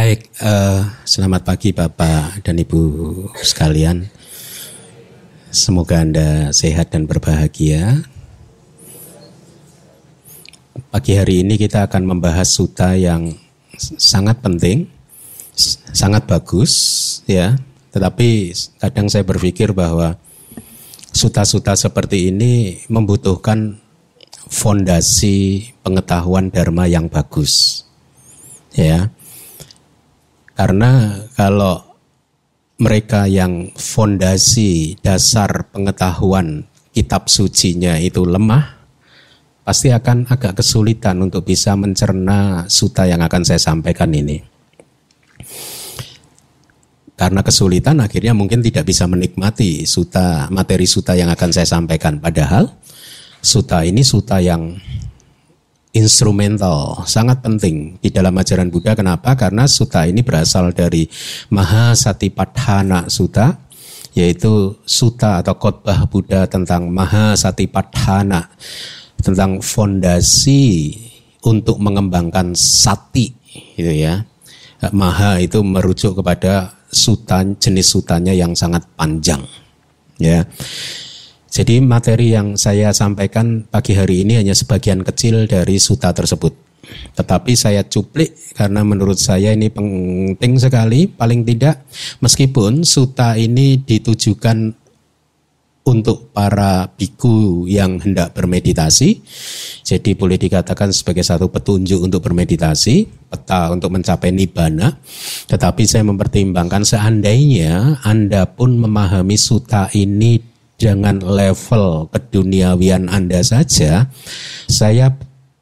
Baik, selamat pagi Bapak dan Ibu sekalian. Semoga Anda sehat dan berbahagia. Pagi hari ini kita akan membahas sutta yang sangat penting, sangat bagus ya. Tetapi kadang saya berpikir bahwa sutta-sutta seperti ini membutuhkan fondasi pengetahuan dharma yang bagus. Ya. Karena kalau mereka yang fondasi dasar pengetahuan kitab sucinya itu lemah, pasti akan agak kesulitan untuk bisa mencerna sutta yang akan saya sampaikan ini. Karena kesulitan akhirnya mungkin tidak bisa menikmati materi sutta yang akan saya sampaikan. Padahal sutta ini sutta yang instrumental, sangat penting di dalam ajaran Buddha. Kenapa? Karena sutta ini berasal dari Mahasatipatthana Sutta, yaitu sutta atau khotbah Buddha tentang Mahasatipatthana, tentang fondasi untuk mengembangkan sati, gitu ya. Maha itu merujuk kepada sutta, jenis suttanya yang sangat panjang, ya. Jadi materi yang saya sampaikan pagi hari ini hanya sebagian kecil dari sutta tersebut. Tetapi saya cuplik karena menurut saya ini penting sekali. Paling tidak meskipun sutta ini ditujukan untuk para biku yang hendak bermeditasi. Jadi boleh dikatakan sebagai satu petunjuk untuk bermeditasi, peta untuk mencapai nibbana. Tetapi saya mempertimbangkan seandainya Anda pun memahami sutta ini dengan level keduniawian Anda saja, saya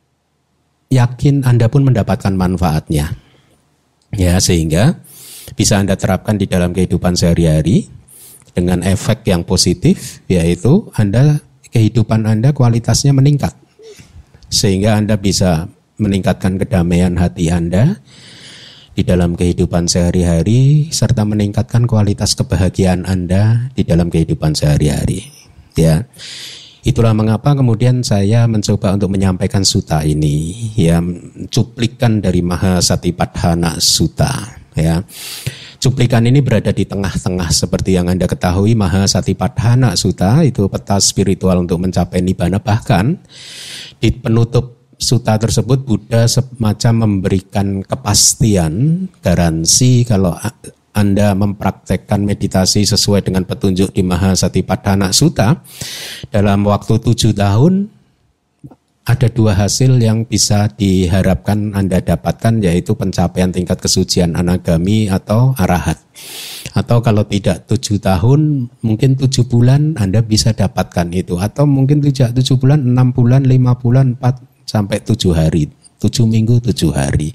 yakin Anda pun mendapatkan manfaatnya. Ya, sehingga bisa Anda terapkan di dalam kehidupan sehari-hari dengan efek yang positif, yaitu kehidupan Anda kualitasnya meningkat. Sehingga Anda bisa meningkatkan kedamaian hati Anda di dalam kehidupan sehari-hari serta meningkatkan kualitas kebahagiaan Anda di dalam kehidupan sehari-hari. Ya. Itulah mengapa kemudian saya mencoba untuk menyampaikan sutta ini, ya, cuplikan dari Mahasatipatthana Sutta, ya. Cuplikan ini berada di tengah-tengah seperti yang Anda ketahui. Mahasatipatthana Sutta itu peta spiritual untuk mencapai nibbana. Bahkan di penutup sutta tersebut Buddha semacam memberikan kepastian, garansi kalau Anda mempraktekkan meditasi sesuai dengan petunjuk di Mahasatipatthana Sutta, dalam waktu 7 tahun ada 2 hasil yang bisa diharapkan Anda dapatkan, yaitu pencapaian tingkat kesucian anagami atau arahat. Atau kalau tidak 7 tahun, mungkin 7 bulan Anda bisa dapatkan itu. Atau mungkin 7 bulan, 6 bulan, 5 bulan, 4 sampai 7 hari, 7 minggu, 7 hari.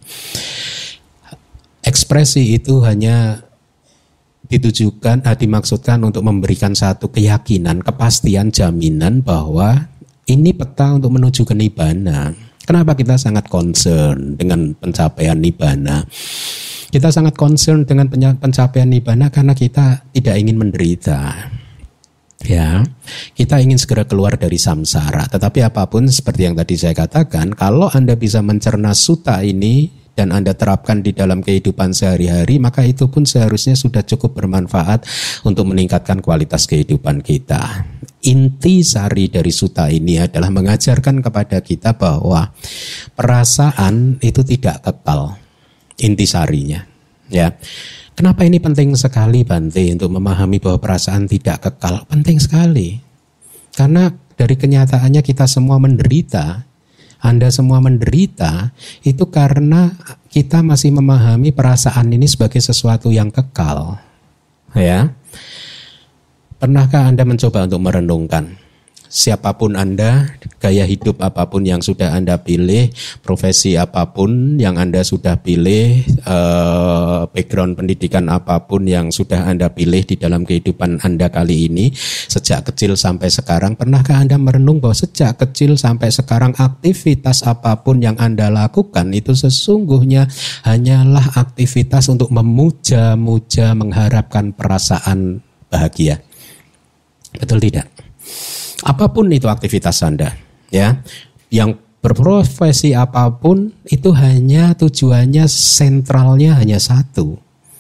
Ekspresi itu hanya dimaksudkan untuk memberikan satu keyakinan, kepastian, jaminan bahwa ini peta untuk menuju ke nibbana. Kenapa kita sangat concern dengan pencapaian nibbana? Kita sangat concern dengan pencapaian nibbana karena kita tidak ingin menderita. Ya, kita ingin segera keluar dari samsara. Tetapi apapun seperti yang tadi saya katakan, kalau Anda bisa mencerna sutta ini dan Anda terapkan di dalam kehidupan sehari-hari, maka itu pun seharusnya sudah cukup bermanfaat untuk meningkatkan kualitas kehidupan kita. Inti sari dari sutta ini adalah mengajarkan kepada kita bahwa perasaan itu tidak kekal. Inti sarinya, ya. Kenapa ini penting sekali, Bante, untuk memahami bahwa perasaan tidak kekal? Penting sekali. Karena dari kenyataannya kita semua menderita, Anda semua menderita, itu karena kita masih memahami perasaan ini sebagai sesuatu yang kekal. Ya. Pernahkah Anda mencoba untuk merenungkan? Siapapun Anda, gaya hidup apapun yang sudah Anda pilih, profesi apapun yang Anda sudah pilih, background pendidikan apapun yang sudah Anda pilih di dalam kehidupan Anda kali ini, sejak kecil sampai sekarang, pernahkah Anda merenung bahwa sejak kecil sampai sekarang aktivitas apapun yang Anda lakukan itu sesungguhnya hanyalah aktivitas untuk memuja-muja, mengharapkan perasaan bahagia? Betul tidak? Apapun itu aktivitas Anda, ya, yang Berprofesi apapun itu hanya tujuannya sentralnya hanya satu.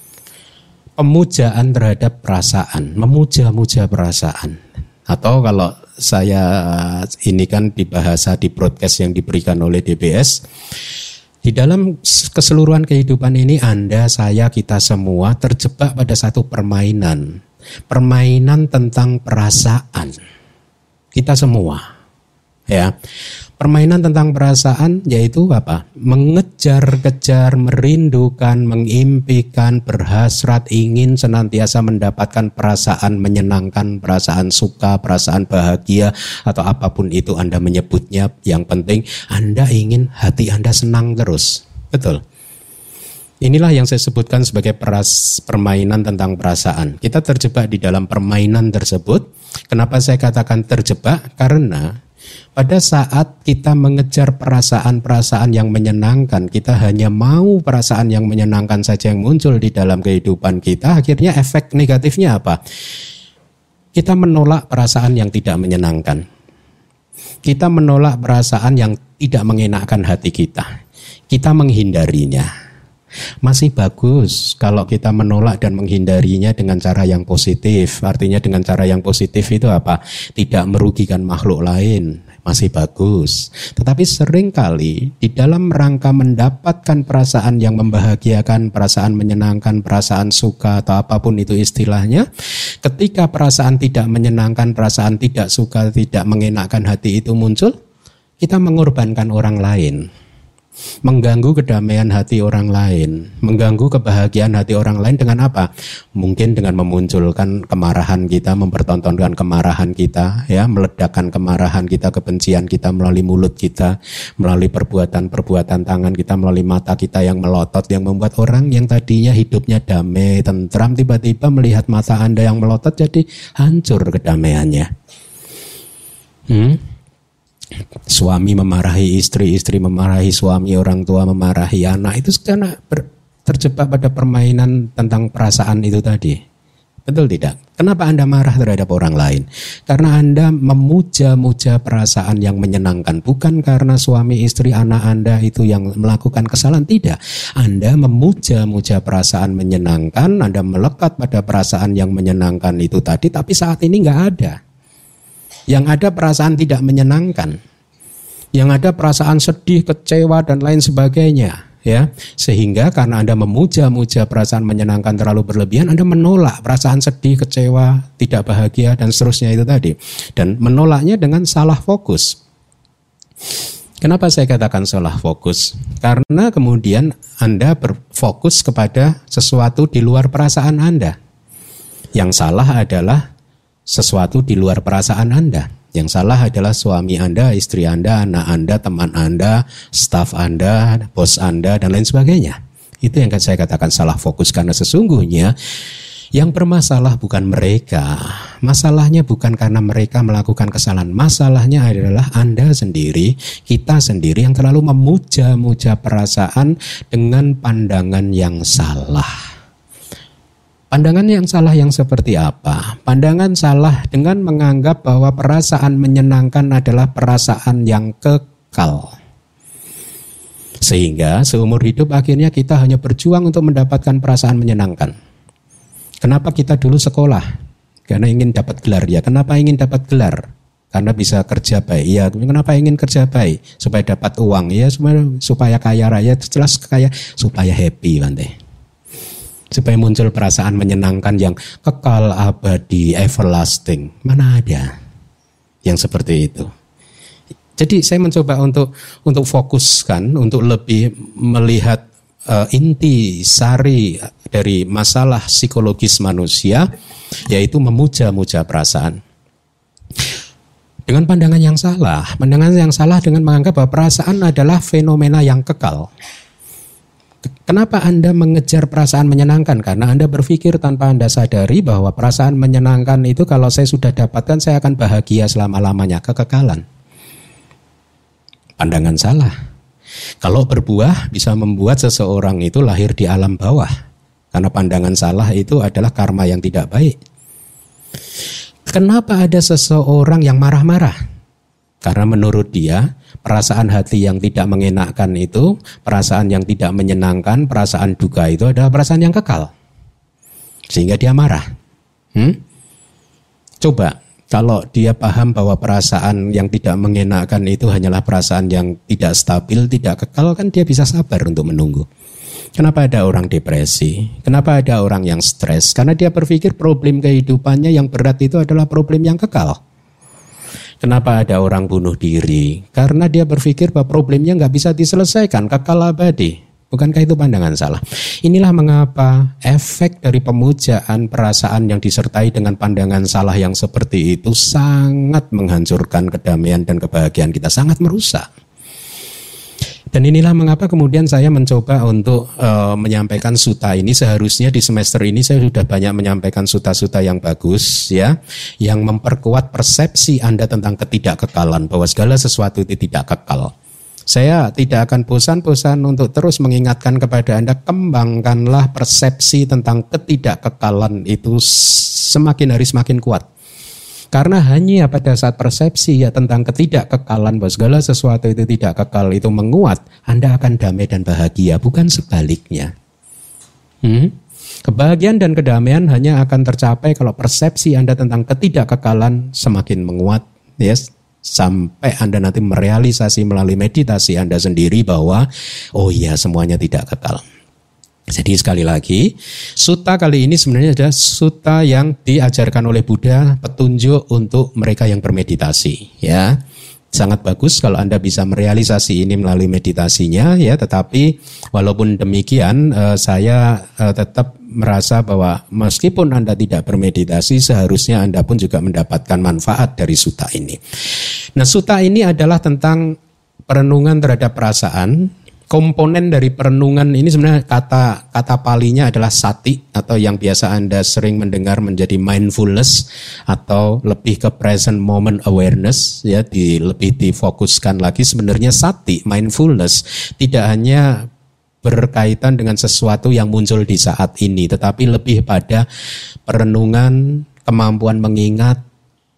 Pemujaan terhadap perasaan, memuja-muja perasaan. Atau kalau saya ini kan di bahasa di broadcast yang diberikan oleh DBS, di dalam keseluruhan kehidupan ini Anda, saya, kita semua terjebak pada satu permainan. Permainan tentang perasaan. Kita semua. Ya. Permainan tentang perasaan yaitu apa? Mengejar-kejar, merindukan, mengimpikan, berhasrat, ingin senantiasa mendapatkan perasaan menyenangkan, perasaan suka, perasaan bahagia, atau apapun itu Anda menyebutnya. Yang penting Anda ingin hati Anda senang terus. Betul. Inilah yang saya sebutkan sebagai permainan tentang perasaan. Kita terjebak di dalam permainan tersebut. Kenapa saya katakan terjebak? Karena pada saat kita mengejar perasaan-perasaan yang menyenangkan, kita hanya mau perasaan yang menyenangkan saja yang muncul di dalam kehidupan kita, akhirnya efek negatifnya apa? Kita menolak perasaan yang tidak menyenangkan. Kita menolak perasaan yang tidak mengenakkan hati kita. Kita menghindarinya. Masih bagus kalau kita menolak dan menghindarinya dengan cara yang positif. Artinya dengan cara yang positif itu apa? Tidak merugikan makhluk lain. Masih bagus. Tetapi seringkali di dalam rangka mendapatkan perasaan yang membahagiakan, perasaan menyenangkan, perasaan suka atau apapun itu istilahnya, ketika perasaan tidak menyenangkan, perasaan tidak suka, tidak mengenakkan hati itu muncul, kita mengorbankan orang lain. Mengganggu kedamaian hati orang lain, mengganggu kebahagiaan hati orang lain dengan apa? Mungkin dengan memunculkan kemarahan kita, mempertontonkan kemarahan kita, ya, meledakkan kemarahan kita, kebencian kita melalui mulut kita, melalui perbuatan-perbuatan tangan kita, melalui mata kita yang melotot, yang membuat orang yang tadinya hidupnya damai, tentram, tiba-tiba melihat mata Anda yang melotot jadi hancur kedamaiannya. Suami memarahi istri, istri memarahi suami, orang tua memarahi anak, itu karena terjebak pada permainan tentang perasaan itu tadi. Betul tidak? Kenapa Anda marah terhadap orang lain? Karena Anda memuja-muja perasaan yang menyenangkan, bukan karena suami, istri, anak Anda itu yang melakukan kesalahan, tidak. Anda memuja-muja perasaan menyenangkan, Anda melekat pada perasaan yang menyenangkan itu tadi, tapi saat ini nggak ada. Yang ada perasaan tidak menyenangkan, yang ada perasaan sedih, kecewa dan lain sebagainya, ya. Sehingga karena Anda memuja-muja perasaan menyenangkan terlalu berlebihan, Anda menolak perasaan sedih, kecewa, tidak bahagia dan seterusnya itu tadi. Dan menolaknya dengan salah fokus. Kenapa saya katakan salah fokus? Karena kemudian Anda berfokus kepada sesuatu di luar perasaan Anda. Yang salah adalah sesuatu di luar perasaan Anda. Yang salah adalah suami Anda, istri Anda, anak Anda, teman Anda, staf Anda, bos Anda, dan lain sebagainya. Itu yang saya katakan salah fokus, karena sesungguhnya yang bermasalah bukan mereka. Masalahnya bukan karena mereka melakukan kesalahan. Masalahnya adalah Anda sendiri, kita sendiri yang terlalu memuja-muja perasaan dengan pandangan yang salah. Pandangan yang salah yang seperti apa? Pandangan salah dengan menganggap bahwa perasaan menyenangkan adalah perasaan yang kekal. Sehingga seumur hidup akhirnya kita hanya berjuang untuk mendapatkan perasaan menyenangkan. Kenapa kita dulu sekolah? Karena ingin dapat gelar, ya. Kenapa ingin dapat gelar? Karena bisa kerja baik. Ya, kenapa ingin kerja baik? Supaya dapat uang, ya, supaya kaya raya, jelas kaya, supaya happy, Bante. Supaya muncul perasaan menyenangkan yang kekal, abadi, everlasting. Mana ada yang seperti itu? Jadi saya mencoba untuk fokuskan, untuk lebih melihat inti sari dari masalah psikologis manusia, yaitu memuja-muja perasaan. Dengan pandangan yang salah dengan menganggap bahwa perasaan adalah fenomena yang kekal. Kenapa Anda mengejar perasaan menyenangkan? Karena Anda berpikir tanpa Anda sadari bahwa perasaan menyenangkan itu kalau saya sudah dapatkan, saya akan bahagia selama-lamanya, kekekalan. Pandangan salah. Kalau berbuah bisa membuat seseorang itu lahir di alam bawah. Karena pandangan salah itu adalah karma yang tidak baik. Kenapa ada seseorang yang marah-marah? Karena menurut dia, perasaan hati yang tidak mengenakkan itu, perasaan yang tidak menyenangkan, perasaan duka itu adalah perasaan yang kekal. Sehingga dia marah. Coba kalau dia paham bahwa perasaan yang tidak mengenakkan itu hanyalah perasaan yang tidak stabil, tidak kekal, kan dia bisa sabar untuk menunggu. Kenapa ada orang depresi? Kenapa ada orang yang stres? Karena dia berpikir problem kehidupannya yang berat itu adalah problem yang kekal. Kenapa ada orang bunuh diri? Karena dia berpikir bahwa problemnya nggak bisa diselesaikan, kekal abadi. Bukankah itu pandangan salah? Inilah mengapa efek dari pemujaan perasaan yang disertai dengan pandangan salah yang seperti itu sangat menghancurkan kedamaian dan kebahagiaan kita, sangat merusak. Dan inilah mengapa kemudian saya mencoba untuk menyampaikan sutta ini. Seharusnya di semester ini saya sudah banyak menyampaikan sutta-sutta yang bagus, ya, yang memperkuat persepsi Anda tentang ketidakkekalan, bahwa segala sesuatu itu tidak kekal. Saya tidak akan bosan-bosan untuk terus mengingatkan kepada Anda, kembangkanlah persepsi tentang ketidakkekalan itu semakin hari semakin kuat. Karena hanya pada saat persepsi ya tentang ketidakkekalan, bahwa segala sesuatu itu tidak kekal itu menguat, Anda akan damai dan bahagia, bukan sebaliknya. Kebahagiaan dan kedamaian hanya akan tercapai kalau persepsi Anda tentang ketidakkekalan semakin menguat, yes, sampai Anda nanti merealisasi melalui meditasi Anda sendiri bahwa oh iya, semuanya tidak kekal. Jadi sekali lagi, sutta kali ini sebenarnya adalah sutta yang diajarkan oleh Buddha, petunjuk untuk mereka yang bermeditasi, ya. Sangat bagus kalau Anda bisa merealisasi ini melalui meditasinya, ya. Tetapi walaupun demikian, saya tetap merasa bahwa meskipun Anda tidak bermeditasi, seharusnya Anda pun juga mendapatkan manfaat dari sutta ini. Nah, sutta ini adalah tentang perenungan terhadap perasaan. Komponen dari perenungan ini sebenarnya kata palinya adalah sati, atau yang biasa Anda sering mendengar menjadi mindfulness, atau lebih ke present moment awareness, ya, lebih difokuskan lagi. Sebenarnya sati, mindfulness tidak hanya berkaitan dengan sesuatu yang muncul di saat ini, tetapi lebih pada perenungan, kemampuan mengingat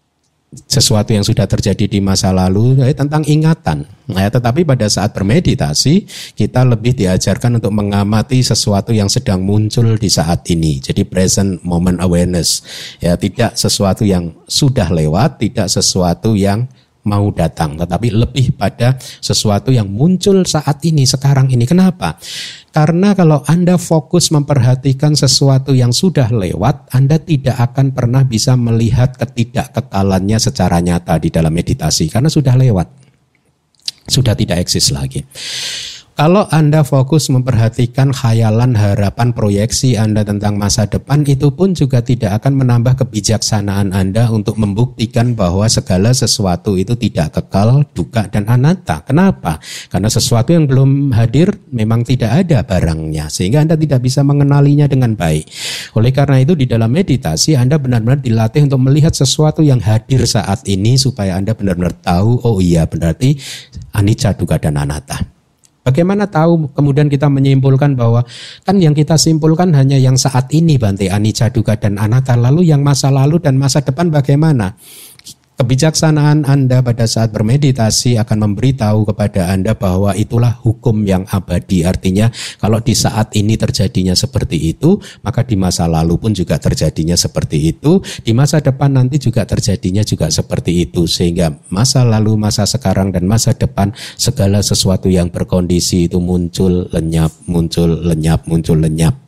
sesuatu yang sudah terjadi di masa lalu, tentang ingatan. Nah, tetapi pada saat bermeditasi kita lebih diajarkan untuk mengamati sesuatu yang sedang muncul di saat ini. Jadi present moment awareness, ya, tidak sesuatu yang sudah lewat, tidak sesuatu yang mau datang, tetapi lebih pada sesuatu yang muncul saat ini, sekarang ini. Kenapa? Karena kalau Anda fokus memperhatikan sesuatu yang sudah lewat, Anda tidak akan pernah bisa melihat ketidakkekalannya secara nyata di dalam meditasi, karena sudah lewat, sudah tidak eksis lagi. Kalau Anda fokus memperhatikan khayalan, harapan, proyeksi Anda tentang masa depan, itu pun juga tidak akan menambah kebijaksanaan Anda untuk membuktikan bahwa segala sesuatu itu tidak kekal, duka, dan anatta. Kenapa? Karena sesuatu yang belum hadir memang tidak ada barangnya, sehingga Anda tidak bisa mengenalinya dengan baik. Oleh karena itu di dalam meditasi Anda benar-benar dilatih untuk melihat sesuatu yang hadir saat ini, supaya Anda benar-benar tahu, oh iya, berarti anicca, dukkha, dan anatta. Bagaimana tahu kemudian kita menyimpulkan bahwa kan yang kita simpulkan hanya yang saat ini, Bante, anicca, dukkha, dan anatta. Lalu yang masa lalu dan masa depan bagaimana? Kebijaksanaan Anda pada saat bermeditasi akan memberitahu kepada Anda bahwa itulah hukum yang abadi. Artinya kalau di saat ini terjadinya seperti itu, maka di masa lalu pun juga terjadinya seperti itu. Di masa depan nanti juga terjadinya juga seperti itu. Sehingga masa lalu, masa sekarang, dan masa depan, segala sesuatu yang berkondisi itu muncul, lenyap, muncul, lenyap, muncul, lenyap.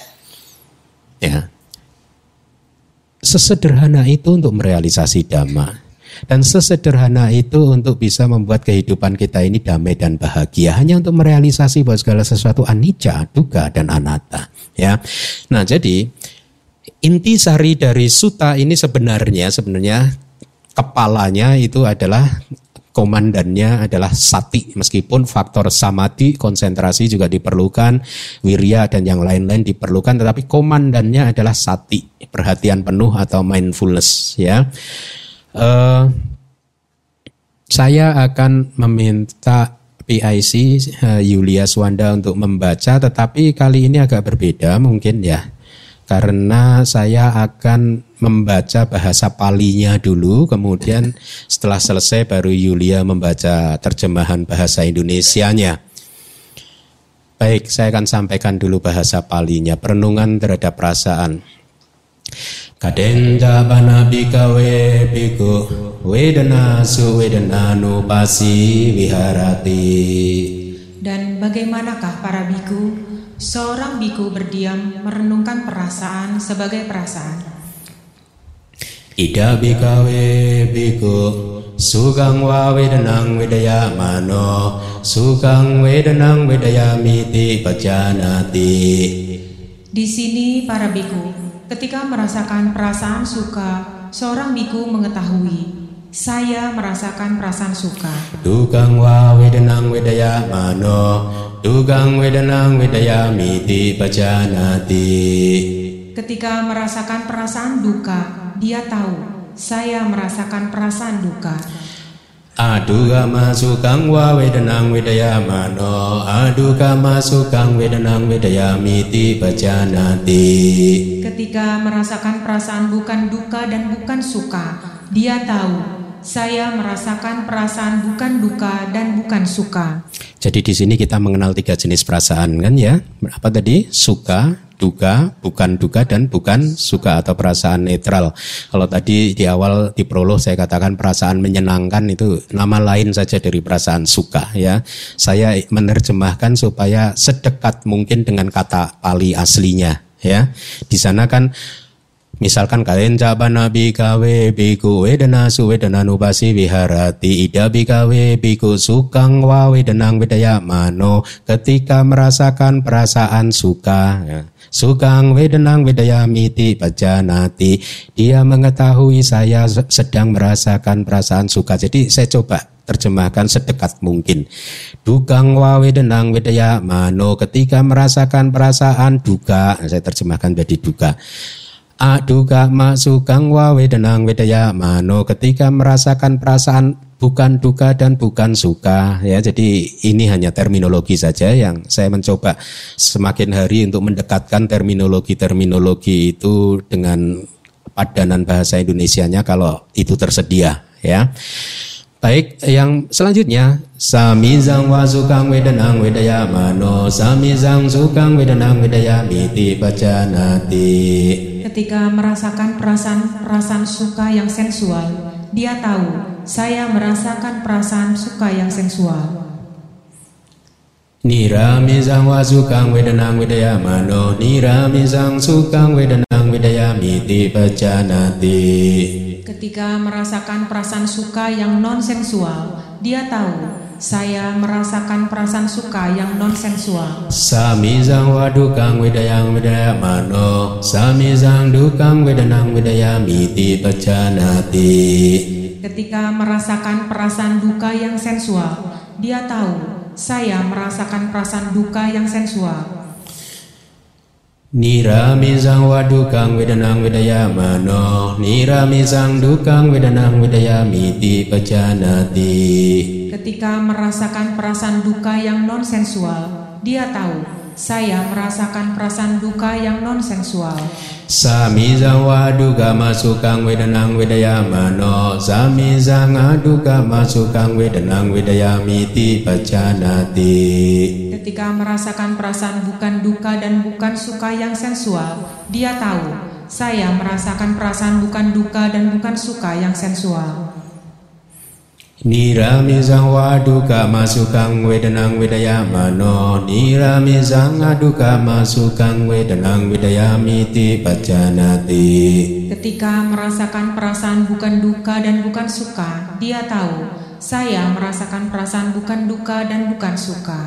Ya. Sesederhana itu untuk merealisasi dhamma, dan sesederhana itu untuk bisa membuat kehidupan kita ini damai dan bahagia, hanya untuk merealisasi bahwa segala sesuatu anicca, dukkha, dan anatta, ya. Nah, jadi intisari dari sutta ini sebenarnya kepalanya itu adalah, komandannya adalah sati, meskipun faktor samadhi, konsentrasi juga diperlukan, wirya dan yang lain-lain diperlukan, tetapi komandannya adalah sati, perhatian penuh atau mindfulness, ya. Saya akan meminta PIC Yulia Swanda untuk membaca, tetapi kali ini agak berbeda mungkin, ya. karena saya akan membaca bahasa Palinya dulu, kemudian setelah selesai baru Yulia membaca terjemahan bahasa Indonesianya. Baik, saya akan sampaikan dulu bahasa Palinya, perenungan terhadap perasaan. Kadenja bana bikawe biku wedana su wedana nupasi viharati. Dan bagaimanakah para biku? Seorang biku berdiam merenungkan perasaan sebagai perasaan. Ida bikawe biku sukang wa wedanang wedaya mano sukang wedanang wedaya miti pajanati. Di sini para biku, ketika merasakan perasaan suka, seorang biku mengetahui, saya merasakan perasaan suka. Dukang wa wedanang wedaya mano dukang wedanang wedaya miti pajanati. Ketika merasakan perasaan duka, dia tahu saya merasakan perasaan duka. Aduga masukang wa wedanang wedaya mano aduga masukang wedanang wedaya miti pajanati. Ketika merasakan perasaan bukan duka dan bukan suka, dia tahu saya merasakan perasaan bukan duka dan bukan suka. Jadi di sini kita mengenal 3 jenis perasaan kan ya? Apa tadi? Suka, duka, bukan duka dan bukan suka atau perasaan netral. Kalau tadi di awal di prolog saya katakan perasaan menyenangkan itu nama lain saja dari perasaan suka ya. Saya menerjemahkan supaya sedekat mungkin dengan kata Pali aslinya ya. Di sana kan misalkan kalian jabana bikawe biku wedana su wedana nupasi viharati ida bikawe biku sukang wa wedanang wedaya mano, ketika merasakan perasaan suka ya. Sukang wedanang wedaya miti pajanati, dia mengetahui saya sedang merasakan perasaan suka. Jadi saya coba terjemahkan sedekat mungkin. Dukang wa wedanang wedaya mano, ketika merasakan perasaan duka, saya terjemahkan jadi duka. Aduga masukang wa wedanang wedaya mano, ketika merasakan perasaan bukan duka dan bukan suka ya. Jadi ini hanya terminologi saja yang saya mencoba semakin hari untuk mendekatkan terminologi itu dengan padanan bahasa Indonesianya kalau itu tersedia ya. Baik, yang selanjutnya samizang wa sukang wedanang wedaya mano samizang sukang wedanang wedaya miti pajanati. Ketika merasakan perasaan suka yang sensual, dia tahu saya merasakan perasaan suka yang sensual. Niramizang wa sukang wedanang wedaya mano niramizang sukang wedanang wedaya miti pajanati. Ketika merasakan perasaan suka yang non-sensual, dia tahu saya merasakan perasaan suka yang non-sensual. Samizang wa dukang wedayang wedaya mano samizang dukang wedanang wedaya miti pajanati. Ketika merasakan perasaan duka yang sensual, dia tahu saya merasakan perasaan duka yang sensual. Niramizang wa dukang wedanang wedaya mano niramizang dukang wedanang wedaya miti pajanati. Ketika merasakan perasaan duka yang non-sensual, dia tahu saya merasakan perasaan duka yang non-sensual. Samizang wa duka masukang wedanang wedaya mano samizang aduka masukang wedanang wedaya miti pajanati. Ketika merasakan perasaan bukan duka dan bukan suka yang sensual, dia tahu saya merasakan perasaan bukan duka dan bukan suka yang sensual. Niramizang wa duka masukang wedanang wedaya mano niramizang aduka masukang wedanang wedaya miti pajanati. Ketika merasakan perasaan bukan duka dan bukan suka, dia tahu saya merasakan perasaan bukan duka dan bukan suka.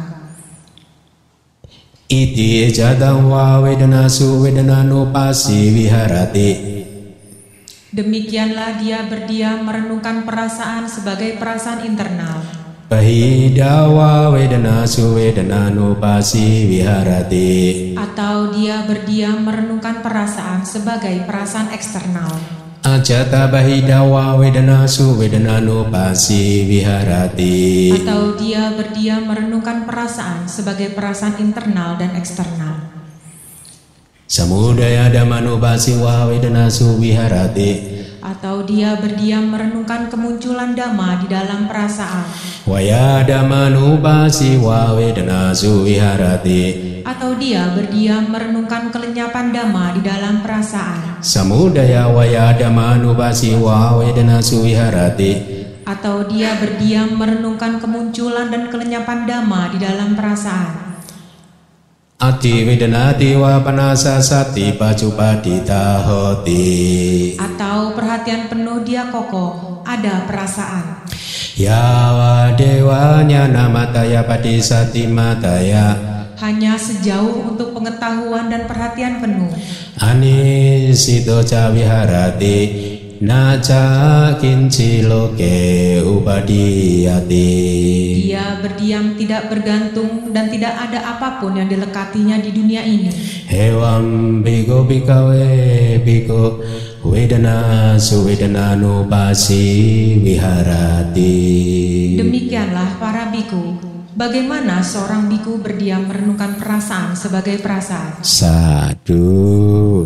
Iti jatang wa wedana su wedana nupasi viharati. Demikianlah dia berdiam merenungkan perasaan sebagai perasaan internal. Bahidawa wedana su wedana nupasi viharati. Atau dia berdiam merenungkan perasaan sebagai perasaan eksternal. Ajata bahidawa wedana su wedana nupasi viharati. Atau dia berdiam merenungkan perasaan sebagai perasaan internal dan eksternal. Samudaya dhammanubasiwa vedanasu viharati. Atau dia berdiam merenungkan kemunculan dhamma di dalam perasaan. Waya dhammanubasiwa vedanasu viharati. Atau dia berdiam merenungkan kelenyapan dhamma di dalam perasaan. Samudaya waya dhammanubasiwa vedanasu viharati. Atau dia berdiam merenungkan kemunculan dan kelenyapan dhamma di dalam perasaan. Ati vedanati wa panasasati pacupadita hoti. Atau perhatian penuh dia kokoh, ada perasaan. Yawa dewanya namataya padisati mataya. Hanya sejauh untuk pengetahuan dan perhatian penuh. Anisito caviharati. Naca kinci loke upadiyati. Dia berdiam tidak bergantung dan tidak ada apapun yang dilekatinya di dunia ini. Hewam biko bikawe biko vedana suvedana nupasi viharati. Demikianlah para biku. Bagaimana seorang biku berdiam merenungkan perasaan sebagai perasaan? Sadu.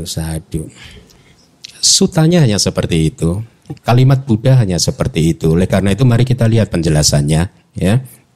Sutanya hanya seperti itu, kalimat Buddha hanya seperti itu. Oleh karena itu mari kita lihat penjelasannya, ya.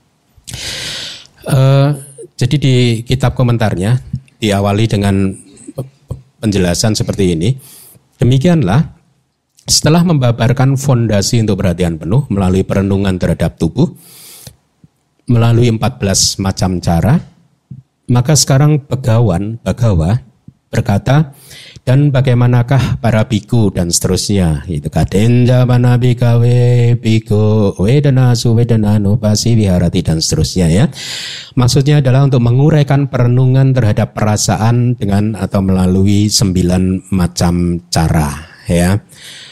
Jadi di kitab komentarnya diawali dengan penjelasan seperti ini. Demikianlah, setelah membabarkan fondasi untuk perhatian penuh melalui perenungan terhadap tubuh, melalui 14 macam cara, maka sekarang Bhagawa berkata, dan bagaimanakah para biku dan seterusnya, itu kadenja mana bikawe biku vedana suvedana nupasi viharati dan seterusnya, ya. Maksudnya adalah untuk menguraikan perenungan terhadap perasaan dengan atau melalui 9 macam cara, ya.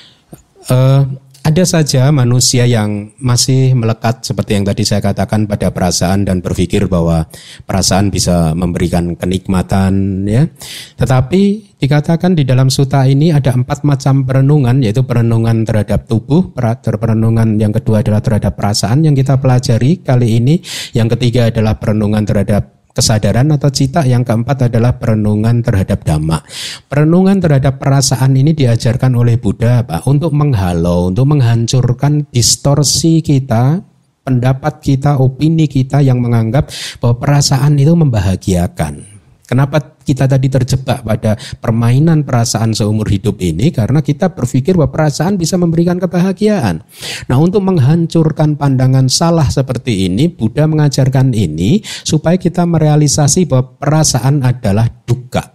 Ada saja manusia yang masih melekat seperti yang tadi saya katakan pada perasaan dan berpikir bahwa perasaan bisa memberikan kenikmatan, ya. Tetapi dikatakan di dalam sutta ini ada 4 macam perenungan, yaitu perenungan terhadap tubuh, perenungan yang kedua adalah terhadap perasaan yang kita pelajari kali ini, yang ketiga adalah perenungan terhadap kesadaran atau cita, yang keempat adalah perenungan terhadap dhamma. Perenungan terhadap perasaan ini diajarkan oleh Buddha apa? Untuk menghalau, untuk menghancurkan distorsi kita, pendapat kita, opini kita yang menganggap bahwa perasaan itu membahagiakan. Kenapa kita tadi terjebak pada permainan perasaan seumur hidup ini? Karena kita berpikir bahwa perasaan bisa memberikan kebahagiaan. Nah, untuk menghancurkan pandangan salah seperti ini, Buddha mengajarkan ini supaya kita merealisasi bahwa perasaan adalah dukkha.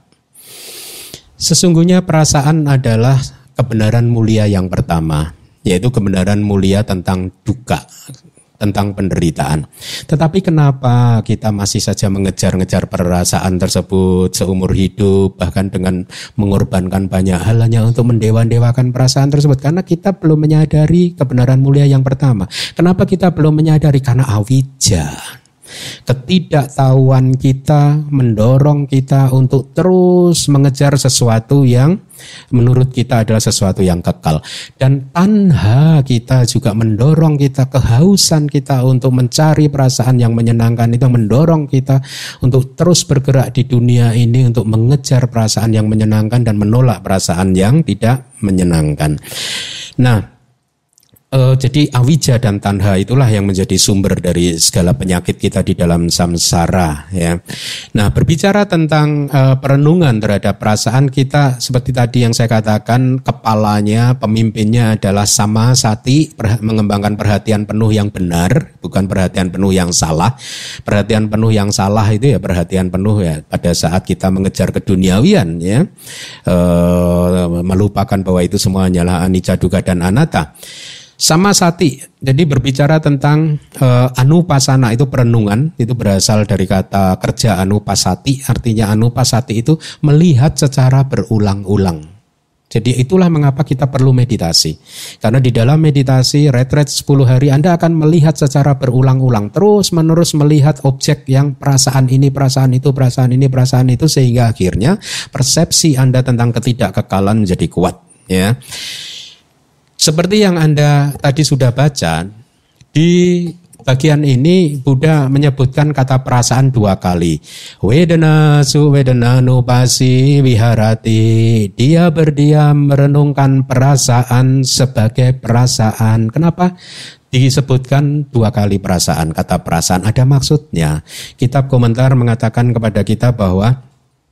Sesungguhnya perasaan adalah kebenaran mulia yang pertama, yaitu kebenaran mulia tentang dukkha, tentang penderitaan. Tetapi kenapa kita masih saja mengejar-ngejar perasaan tersebut seumur hidup, bahkan dengan mengorbankan banyak hal hanya untuk mendewa-dewakan perasaan tersebut? Karena kita belum menyadari kebenaran mulia yang pertama. Kenapa kita belum menyadari? Karena awijja. Ketidaktahuan kita mendorong kita untuk terus mengejar sesuatu yang menurut kita adalah sesuatu yang kekal. Dan tanha kita juga mendorong kita, kehausan kita untuk mencari perasaan yang menyenangkan itu mendorong kita untuk terus bergerak di dunia ini untuk mengejar perasaan yang menyenangkan dan menolak perasaan yang tidak menyenangkan. Nah, jadi awija dan tanha itulah yang menjadi sumber dari segala penyakit kita di dalam samsara, ya. Nah, berbicara tentang perenungan terhadap perasaan kita, seperti tadi yang saya katakan, kepalanya, pemimpinnya adalah samasati, mengembangkan perhatian penuh yang benar, bukan perhatian penuh yang salah. Perhatian penuh yang salah itu ya perhatian penuh ya pada saat kita mengejar keduniawian, ya, melupakan bahwa itu semua hanyalah anicca, dukkha dan anatta. Samasati, jadi berbicara tentang anupasana, itu perenungan, itu berasal dari kata kerja anupasati, artinya anupasati itu melihat secara berulang-ulang. Jadi itulah mengapa kita perlu meditasi. Karena di dalam meditasi retret 10 hari Anda akan melihat secara berulang-ulang, terus menerus melihat objek yang perasaan ini, perasaan itu, perasaan ini, perasaan itu, sehingga akhirnya persepsi Anda tentang ketidakkekalan menjadi kuat, ya. Seperti yang Anda tadi sudah baca, di bagian ini Buddha menyebutkan kata perasaan 2 kali. Wedana su wedana nupasi viharati. Dia berdiam merenungkan perasaan sebagai perasaan. Kenapa disebutkan 2 kali perasaan? Kata perasaan ada maksudnya. Kitab komentar mengatakan kepada kita bahwa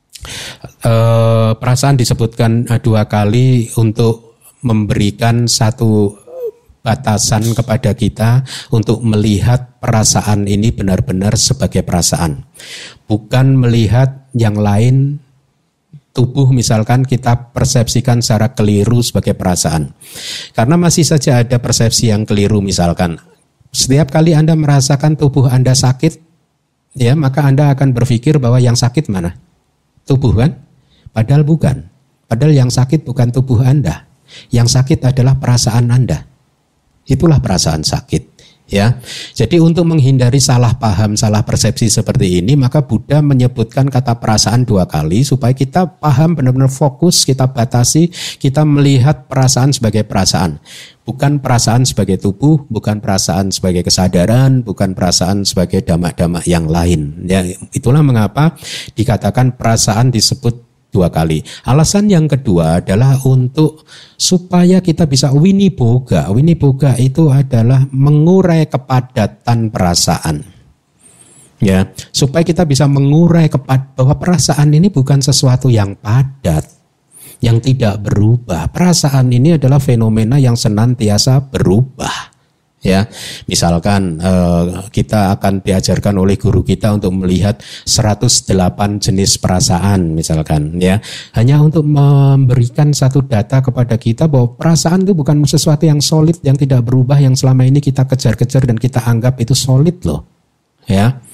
perasaan disebutkan 2 kali untuk memberikan satu batasan kepada kita untuk melihat perasaan ini benar-benar sebagai perasaan. Bukan melihat yang lain, tubuh misalkan kita persepsikan secara keliru sebagai perasaan. Karena masih saja ada persepsi yang keliru misalkan. Setiap kali Anda merasakan tubuh Anda sakit, ya maka Anda akan berpikir bahwa yang sakit mana? Tubuh kan? Padahal bukan. Padahal yang sakit bukan tubuh Anda. Yang sakit adalah perasaan Anda. Itulah perasaan sakit, ya. Jadi untuk menghindari salah paham, salah persepsi seperti ini, maka Buddha menyebutkan kata perasaan 2 kali supaya kita paham benar-benar fokus, kita batasi, kita melihat perasaan sebagai perasaan. Bukan perasaan sebagai tubuh, bukan perasaan sebagai kesadaran, bukan perasaan sebagai damak-damak yang lain. Ya, itulah mengapa dikatakan perasaan disebut 2 kali. Alasan yang kedua adalah untuk supaya kita bisa winiboga. Winiboga itu adalah mengurai kepadatan perasaan. Ya, supaya kita bisa mengurai bahwa perasaan ini bukan sesuatu yang padat, yang tidak berubah. Perasaan ini adalah fenomena yang senantiasa berubah. Ya, misalkan kita akan diajarkan oleh guru kita untuk melihat 108 jenis perasaan misalkan, ya, hanya untuk memberikan satu data kepada kita bahwa perasaan itu bukan sesuatu yang solid, yang tidak berubah, yang selama ini kita kejar-kejar dan kita anggap itu solid loh, ya.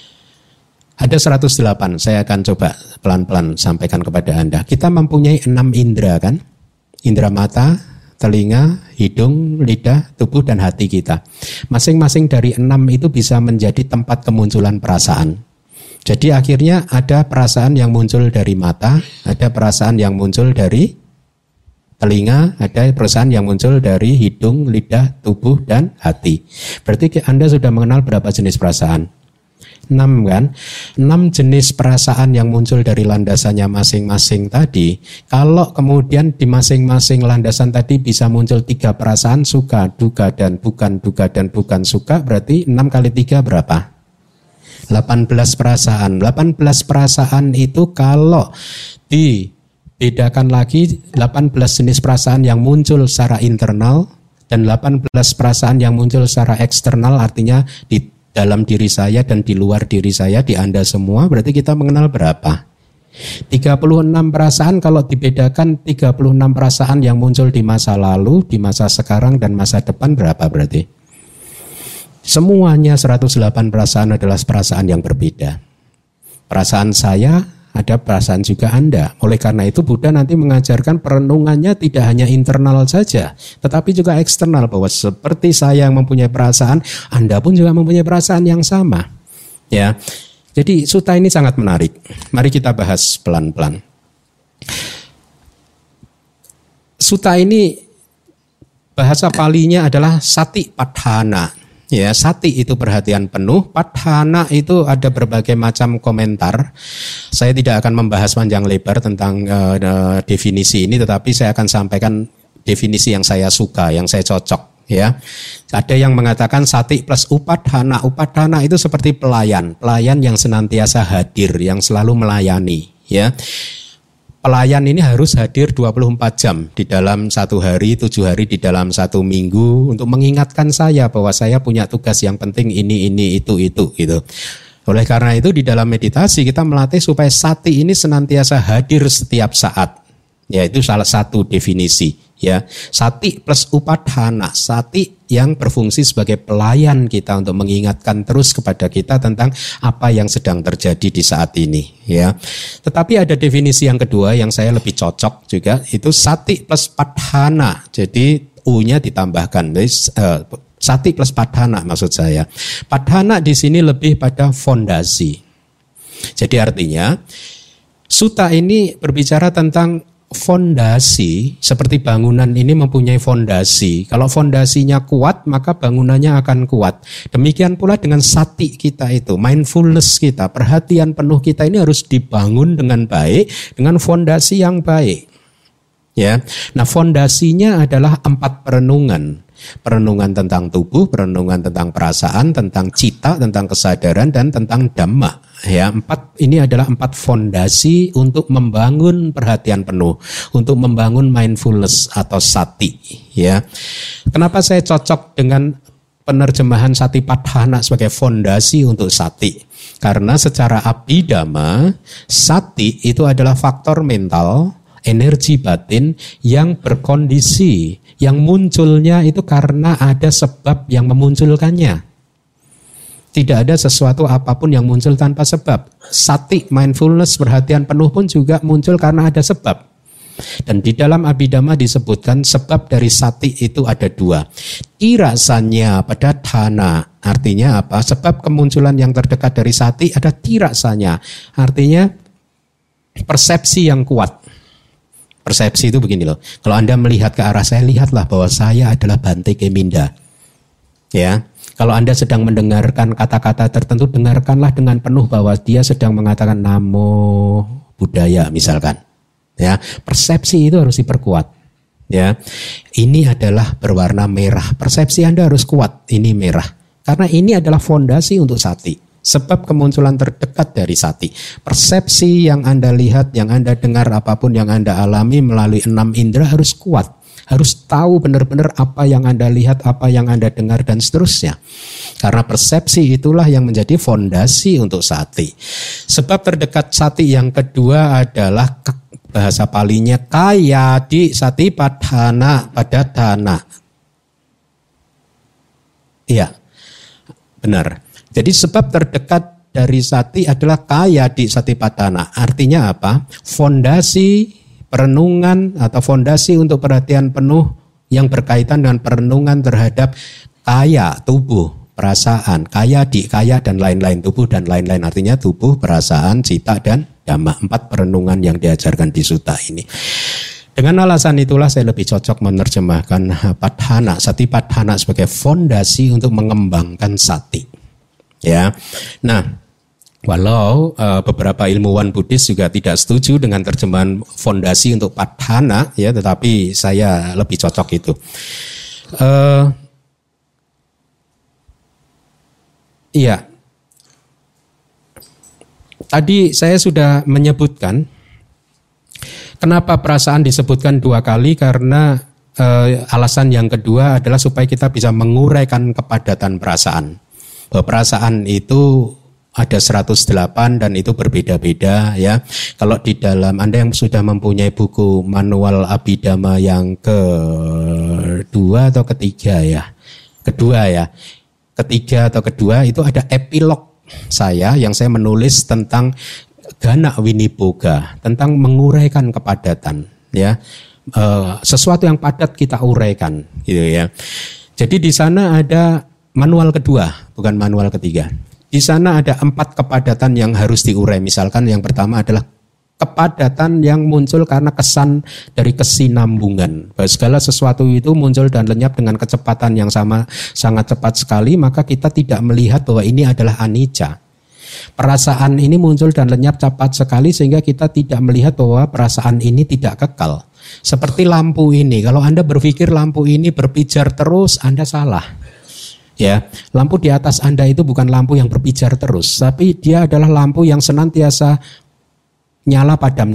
Ada 108, saya akan coba pelan-pelan sampaikan kepada Anda. Kita mempunyai 6 indera kan, indera mata, telinga, hidung, lidah, tubuh, dan hati kita. Masing-masing dari 6 itu bisa menjadi tempat kemunculan perasaan. Jadi akhirnya ada perasaan yang muncul dari mata, ada perasaan yang muncul dari telinga, ada perasaan yang muncul dari hidung, lidah, tubuh, dan hati. Berarti Anda sudah mengenal berapa jenis perasaan? 6 kan? 6 jenis perasaan yang muncul dari landasannya masing-masing tadi. Kalau kemudian di masing-masing landasan tadi bisa muncul 3 perasaan, suka, duka, dan bukan suka, berarti 6 kali 3 berapa? 18 perasaan. 18 perasaan itu kalau dibedakan lagi 18 jenis perasaan yang muncul secara internal dan 18 perasaan yang muncul secara eksternal, artinya di dalam diri saya dan di luar diri saya, di Anda semua, berarti kita mengenal berapa? 36 perasaan. Kalau dibedakan 36 perasaan yang muncul di masa lalu, di masa sekarang, dan masa depan, berapa berarti? Semuanya 108 perasaan adalah perasaan yang berbeda. Perasaan saya, ada perasaan juga Anda. Oleh karena itu Buddha nanti mengajarkan perenungannya tidak hanya internal saja, tetapi juga eksternal, bahwa seperti saya yang mempunyai perasaan, Anda pun juga mempunyai perasaan yang sama. Ya, jadi sutta ini sangat menarik. Mari kita bahas pelan-pelan. Sutta ini bahasa Palinya adalah Satipatthana. Ya, sati itu perhatian penuh, padhana itu ada berbagai macam komentar. Saya tidak akan membahas panjang lebar tentang definisi ini, tetapi saya akan sampaikan definisi yang saya suka, yang saya cocok. Ya, ada yang mengatakan sati plus upadhana. Upadhana itu seperti pelayan yang senantiasa hadir, yang selalu melayani. Ya. Pelayan ini harus hadir 24 jam di dalam 1 hari, 7 hari di dalam 1 minggu untuk mengingatkan saya bahwa saya punya tugas yang penting ini, itu gitu. Oleh karena itu di dalam meditasi kita melatih supaya sati ini senantiasa hadir setiap saat. Ya, itu salah satu definisi. Ya, sati plus upadhana, sati yang berfungsi sebagai pelayan kita untuk mengingatkan terus kepada kita tentang apa yang sedang terjadi di saat ini. Ya, tetapi ada definisi yang kedua yang saya lebih cocok juga, itu sati plus padhana. Jadi u-nya ditambahkan, sati plus padhana maksud saya. Padhana di sini lebih pada fondasi. Jadi artinya sutta ini berbicara tentang fondasi, seperti bangunan ini mempunyai fondasi. Kalau fondasinya kuat, maka bangunannya akan kuat. Demikian pula dengan sati kita itu, mindfulness kita, perhatian penuh kita ini harus dibangun dengan baik, dengan fondasi yang baik. Ya, nah fondasinya adalah 4 perenungan. Perenungan tentang tubuh, perenungan tentang perasaan, tentang cita, tentang kesadaran, dan tentang dhamma. Ya, 4 ini adalah 4 fondasi untuk membangun perhatian penuh, untuk membangun mindfulness atau sati. Ya, kenapa saya cocok dengan penerjemahan Satipatthana sebagai fondasi untuk sati? Karena secara abhidhamma, sati itu adalah faktor mental, energi batin yang berkondisi, yang munculnya itu karena ada sebab yang memunculkannya. Tidak ada sesuatu apapun yang muncul tanpa sebab. Sati, mindfulness, perhatian penuh pun juga muncul karena ada sebab. Dan di dalam Abhidhamma disebutkan sebab dari sati itu ada 2. Tirasanya pada dhana, artinya apa? Sebab kemunculan yang terdekat dari sati ada tirasanya, artinya persepsi yang kuat. Persepsi itu begini loh. Kalau Anda melihat ke arah saya, lihatlah bahwa saya adalah Bante Keminda. Ya. Kalau Anda sedang mendengarkan kata-kata tertentu, dengarkanlah dengan penuh bahwa dia sedang mengatakan Namo Buddhaya misalkan. Ya, persepsi itu harus diperkuat. Ya. Ini adalah berwarna merah. Persepsi Anda harus kuat. Ini merah. Karena ini adalah fondasi untuk sati. Sebab kemunculan terdekat dari sati. Persepsi yang Anda lihat, yang Anda dengar, apapun yang Anda alami melalui 6 indera harus kuat. Harus tahu benar-benar apa yang Anda lihat, apa yang Anda dengar, dan seterusnya. Karena persepsi itulah yang menjadi fondasi untuk sati. Sebab terdekat sati yang kedua adalah bahasa Palinya kaya di Satipatthana pada dana. Iya, benar. Jadi sebab terdekat dari sati adalah kaya di Satipatthana. Artinya apa? Fondasi perenungan atau fondasi untuk perhatian penuh yang berkaitan dengan perenungan terhadap kaya, tubuh, perasaan, kaya di, kaya dan lain-lain, tubuh dan lain-lain. Artinya tubuh, perasaan, cita dan dhamma. 4 perenungan yang diajarkan di sutta ini. Dengan alasan itulah saya lebih cocok menerjemahkan Patthana, Satipatthana sebagai fondasi untuk mengembangkan sati. Ya, nah, walau beberapa ilmuwan Buddhis juga tidak setuju dengan terjemahan fondasi untuk Patthana, ya, tetapi saya lebih cocok itu. Iya, tadi saya sudah menyebutkan kenapa perasaan disebutkan 2 kali karena alasan yang kedua adalah supaya kita bisa menguraikan kepadatan perasaan. Bahwa perasaan itu ada 108 dan itu berbeda-beda ya. Kalau di dalam Anda yang sudah mempunyai buku manual Abhidhamma yang kedua atau ketiga ya. Ketiga atau kedua itu ada epilog saya yang saya menulis tentang Gana Winiboga, tentang menguraikan kepadatan ya. Sesuatu yang padat kita uraikan gitu ya. Jadi di sana ada manual kedua, bukan manual ketiga. Di sana ada 4 kepadatan yang harus diurai. Misalkan yang pertama adalah kepadatan yang muncul karena kesan dari kesinambungan. Bahwa segala sesuatu itu muncul dan lenyap dengan kecepatan yang sama, sangat cepat sekali, maka kita tidak melihat bahwa ini adalah anicca. Perasaan ini muncul dan lenyap cepat sekali sehingga kita tidak melihat bahwa perasaan ini tidak kekal. Seperti lampu ini, kalau Anda berpikir lampu ini berpijar terus, Anda salah. Ya, lampu di atas Anda itu bukan lampu yang berpijar terus, tapi dia adalah lampu yang senantiasa nyala padam,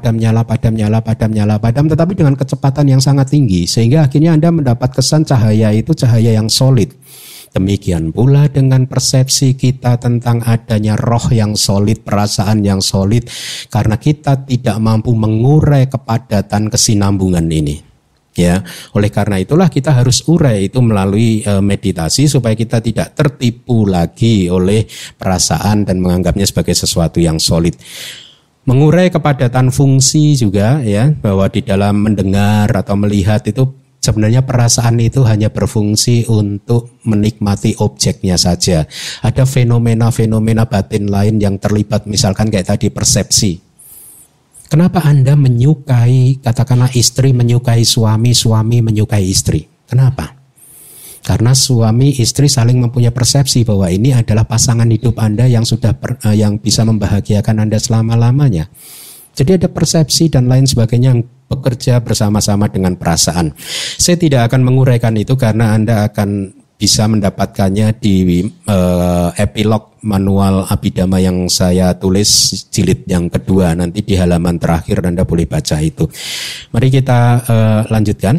tetapi dengan kecepatan yang sangat tinggi, sehingga akhirnya Anda mendapat kesan cahaya itu cahaya yang solid. Demikian pula dengan persepsi kita tentang adanya roh yang solid, perasaan yang solid, karena kita tidak mampu mengurai kepadatan kesinambungan ini. Ya, oleh karena itulah kita harus urai itu melalui meditasi supaya kita tidak tertipu lagi oleh perasaan dan menganggapnya sebagai sesuatu yang solid. Mengurai kepadatan fungsi juga ya, bahwa di dalam mendengar atau melihat itu sebenarnya perasaan itu hanya berfungsi untuk menikmati objeknya saja. Ada fenomena-fenomena batin lain yang terlibat, misalkan kayak tadi persepsi. Kenapa Anda menyukai, katakanlah istri menyukai suami, suami menyukai istri? Kenapa? Karena suami istri saling mempunyai persepsi bahwa ini adalah pasangan hidup Anda yang yang bisa membahagiakan Anda selama-lamanya. Jadi ada persepsi dan lain sebagainya yang bekerja bersama-sama dengan perasaan. Saya tidak akan menguraikan itu karena Anda akan bisa mendapatkannya di epilog manual Abhidhamma yang saya tulis jilid yang kedua. Nanti di halaman terakhir Anda boleh baca itu. Mari kita lanjutkan.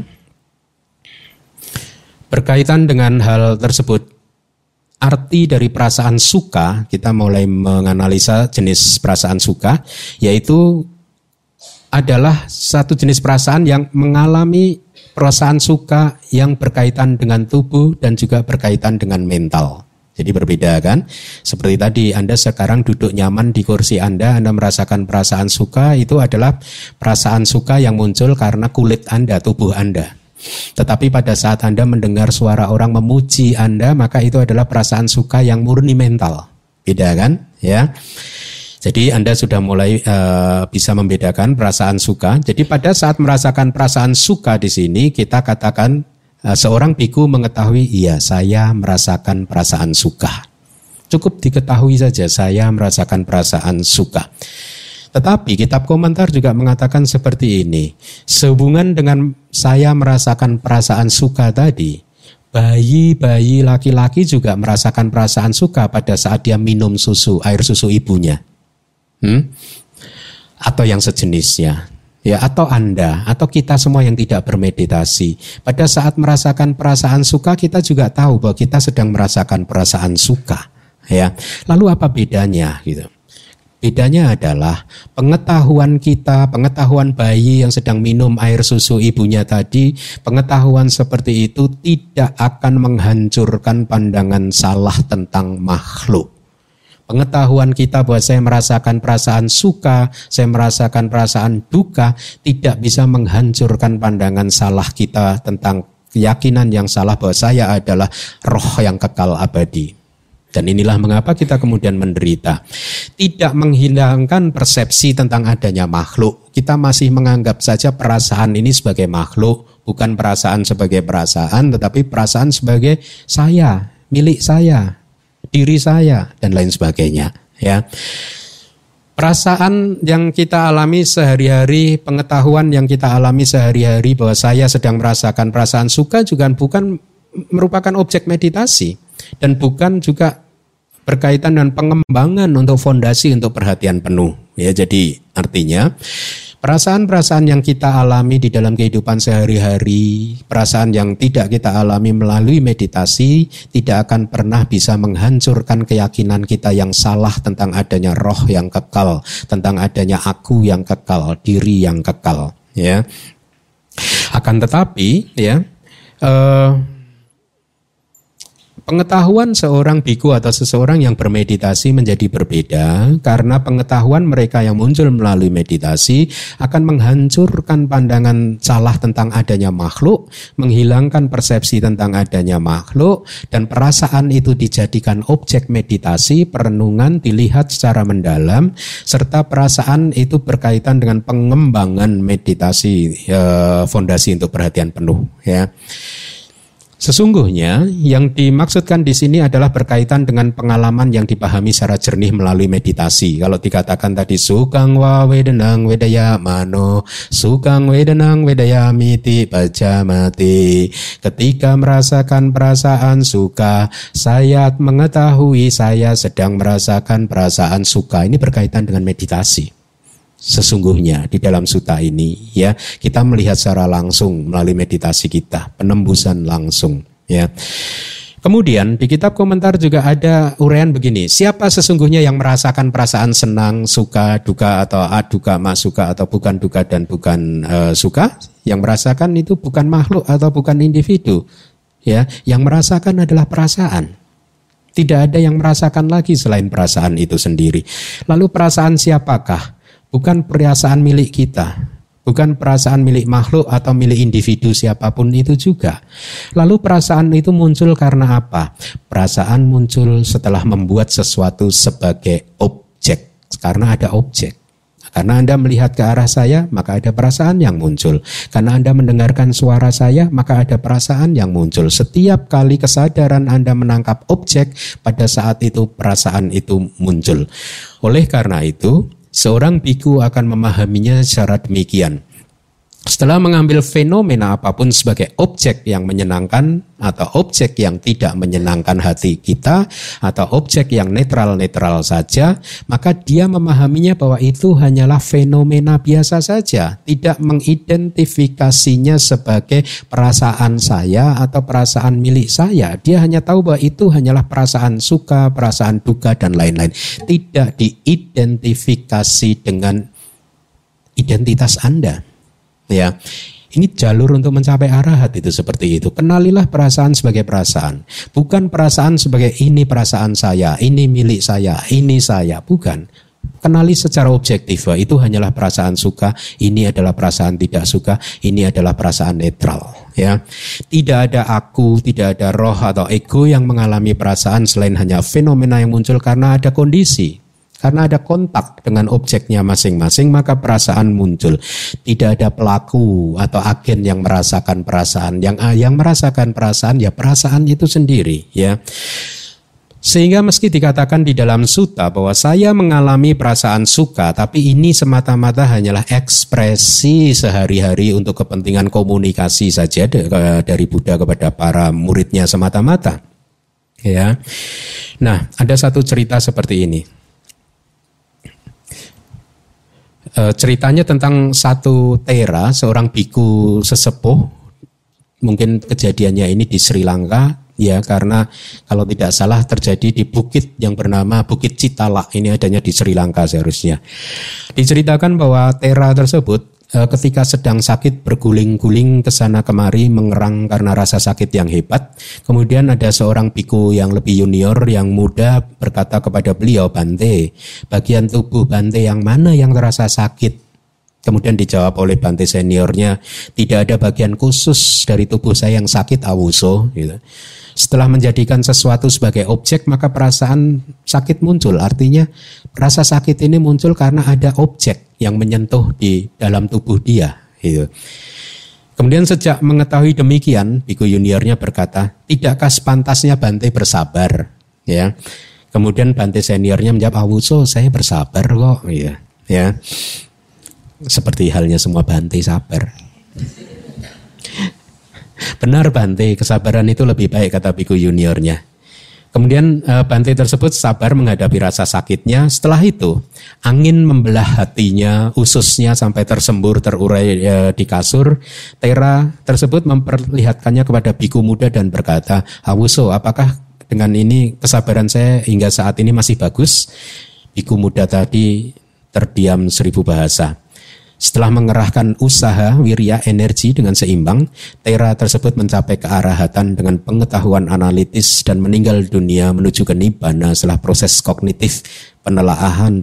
Berkaitan dengan hal tersebut, arti dari perasaan suka, kita mulai menganalisa jenis perasaan suka, yaitu adalah satu jenis perasaan yang mengalami perasaan suka yang berkaitan dengan tubuh dan juga berkaitan dengan mental. Jadi berbeda kan? Seperti tadi Anda sekarang duduk nyaman di kursi Anda merasakan perasaan suka, itu adalah perasaan suka yang muncul karena kulit Anda, tubuh Anda. Tetapi pada saat Anda mendengar suara orang memuji Anda, maka itu adalah perasaan suka yang murni mental. Beda kan? Ya. Jadi Anda sudah mulai bisa membedakan perasaan suka. Jadi pada saat merasakan perasaan suka di sini, kita katakan seorang biku mengetahui, iya saya merasakan perasaan suka. Cukup diketahui saja, saya merasakan perasaan suka. Tetapi kitab komentar juga mengatakan seperti ini, sehubungan dengan saya merasakan perasaan suka tadi, bayi-bayi laki-laki juga merasakan perasaan suka pada saat dia minum susu, air susu ibunya. Atau yang sejenisnya. Ya, atau Anda, atau kita semua yang tidak bermeditasi. Pada saat merasakan perasaan suka, kita juga tahu bahwa kita sedang merasakan perasaan suka. Ya, lalu apa bedanya gitu? Bedanya adalah pengetahuan kita, pengetahuan bayi yang sedang minum air susu ibunya tadi, pengetahuan seperti itu tidak akan menghancurkan pandangan salah tentang makhluk. Pengetahuan kita bahwa saya merasakan perasaan suka, saya merasakan perasaan duka, tidak bisa menghancurkan pandangan salah kita tentang keyakinan yang salah bahwa saya adalah roh yang kekal abadi. Dan inilah mengapa kita kemudian menderita. Tidak menghilangkan persepsi tentang adanya makhluk. Kita masih menganggap saja perasaan ini sebagai makhluk. Bukan perasaan sebagai perasaan, tetapi perasaan sebagai saya, milik saya, diri saya, dan lain sebagainya. Ya. Perasaan yang kita alami sehari-hari, pengetahuan yang kita alami sehari-hari bahwa saya sedang merasakan perasaan suka juga bukan merupakan objek meditasi. Dan bukan juga berkaitan dengan pengembangan untuk fondasi untuk perhatian penuh. Ya, jadi artinya perasaan-perasaan yang kita alami di dalam kehidupan sehari-hari, perasaan yang tidak kita alami melalui meditasi, tidak akan pernah bisa menghancurkan keyakinan kita yang salah tentang adanya roh yang kekal, tentang adanya aku yang kekal, diri yang kekal. Ya, akan tetapi, ya. Pengetahuan seorang biku atau seseorang yang bermeditasi menjadi berbeda karena pengetahuan mereka yang muncul melalui meditasi akan menghancurkan pandangan salah tentang adanya makhluk, menghilangkan persepsi tentang adanya makhluk, dan perasaan itu dijadikan objek meditasi, perenungan, dilihat secara mendalam, serta perasaan itu berkaitan dengan pengembangan meditasi, fondasi untuk perhatian penuh. Ya. Sesungguhnya yang dimaksudkan di sini adalah berkaitan dengan pengalaman yang dipahami secara jernih melalui meditasi. Kalau dikatakan tadi sukang wa wedanang wedaya mano, sukang wedanang wedaya miti pajamati. Ketika merasakan perasaan suka, saya mengetahui saya sedang merasakan perasaan suka. Ini berkaitan dengan meditasi. Sesungguhnya di dalam sutta ini, ya, kita melihat secara langsung melalui meditasi kita, penembusan langsung, ya. Kemudian di kitab komentar juga ada uraian begini, siapa sesungguhnya yang merasakan perasaan senang, suka, duka, atau aduka, masuka, atau bukan duka dan bukan suka? Yang merasakan itu bukan makhluk atau bukan individu, ya. Yang merasakan adalah perasaan. Tidak ada yang merasakan lagi selain perasaan itu sendiri. Lalu perasaan siapakah? Bukan perasaan milik kita, bukan perasaan milik makhluk atau milik individu siapapun itu juga. Lalu perasaan itu muncul karena apa? Perasaan muncul setelah membuat sesuatu sebagai objek, karena ada objek. Karena Anda melihat ke arah saya, maka ada perasaan yang muncul. Karena Anda mendengarkan suara saya, maka ada perasaan yang muncul. Setiap kali kesadaran Anda menangkap objek, pada saat itu perasaan itu muncul. Oleh karena itu, seorang biku akan memahaminya secara demikian. Setelah mengambil fenomena apapun sebagai objek yang menyenangkan atau objek yang tidak menyenangkan hati kita atau objek yang netral-netral saja, maka dia memahaminya bahwa itu hanyalah fenomena biasa saja, tidak mengidentifikasinya sebagai perasaan saya atau perasaan milik saya. Dia hanya tahu bahwa itu hanyalah perasaan suka, perasaan duka dan lain-lain. Tidak diidentifikasi dengan identitas Anda. Ya, ini jalur untuk mencapai arahat itu seperti itu. Kenalilah perasaan sebagai perasaan, bukan perasaan sebagai ini perasaan saya, ini milik saya, ini saya, bukan. Kenali secara objektif bahwa itu hanyalah perasaan suka, ini adalah perasaan tidak suka, ini adalah perasaan netral. Ya, tidak ada aku, tidak ada roh atau ego yang mengalami perasaan selain hanya fenomena yang muncul karena ada kondisi. Karena ada kontak dengan objeknya masing-masing, maka perasaan muncul. Tidak ada pelaku atau agen yang merasakan perasaan. Yang merasakan perasaan, ya perasaan itu sendiri. Ya. Sehingga meski dikatakan di dalam sutta bahwa saya mengalami perasaan suka, tapi ini semata-mata hanyalah ekspresi sehari-hari untuk kepentingan komunikasi saja dari Buddha kepada para muridnya semata-mata. Ya. Nah, ada satu cerita seperti ini. Ceritanya tentang satu tera, seorang biku sesepuh, mungkin kejadiannya ini di Sri Lanka, ya, karena kalau tidak salah terjadi di bukit yang bernama Bukit Citala, ini adanya di Sri Lanka seharusnya. Diceritakan bahwa tera tersebut ketika sedang sakit berguling-guling ke sana kemari mengerang karena rasa sakit yang hebat. Kemudian ada seorang biku yang lebih junior yang muda berkata kepada beliau, "Bante, bagian tubuh Bante yang mana yang terasa sakit?" Kemudian dijawab oleh Bante seniornya, "Tidak ada bagian khusus dari tubuh saya yang sakit, Awuso." Gitu. Setelah menjadikan sesuatu sebagai objek, maka perasaan sakit muncul. Artinya rasa sakit ini muncul karena ada objek yang menyentuh di dalam tubuh dia. Gitu. Kemudian sejak mengetahui demikian, biku juniornya berkata, "Tidakkah sepantasnya Bante bersabar?" Ya. Kemudian Bante seniornya menjawab, "Awuso, saya bersabar kok." Ya. Seperti halnya semua Bante sabar. "Benar Bante, kesabaran itu lebih baik," kata biku juniornya. Kemudian Bante tersebut sabar menghadapi rasa sakitnya. Setelah itu, angin membelah hatinya, ususnya sampai tersembur, terurai di kasur. Tera tersebut memperlihatkannya kepada biku muda dan berkata, "Awuso, apakah dengan ini kesabaran saya hingga saat ini masih bagus?" Biku muda tadi terdiam 1000 bahasa. Setelah mengerahkan usaha, wirya, energi dengan seimbang, tera tersebut mencapai kearahatan dengan pengetahuan analitis dan meninggal dunia menuju ke nibbana setelah proses kognitif penelaahan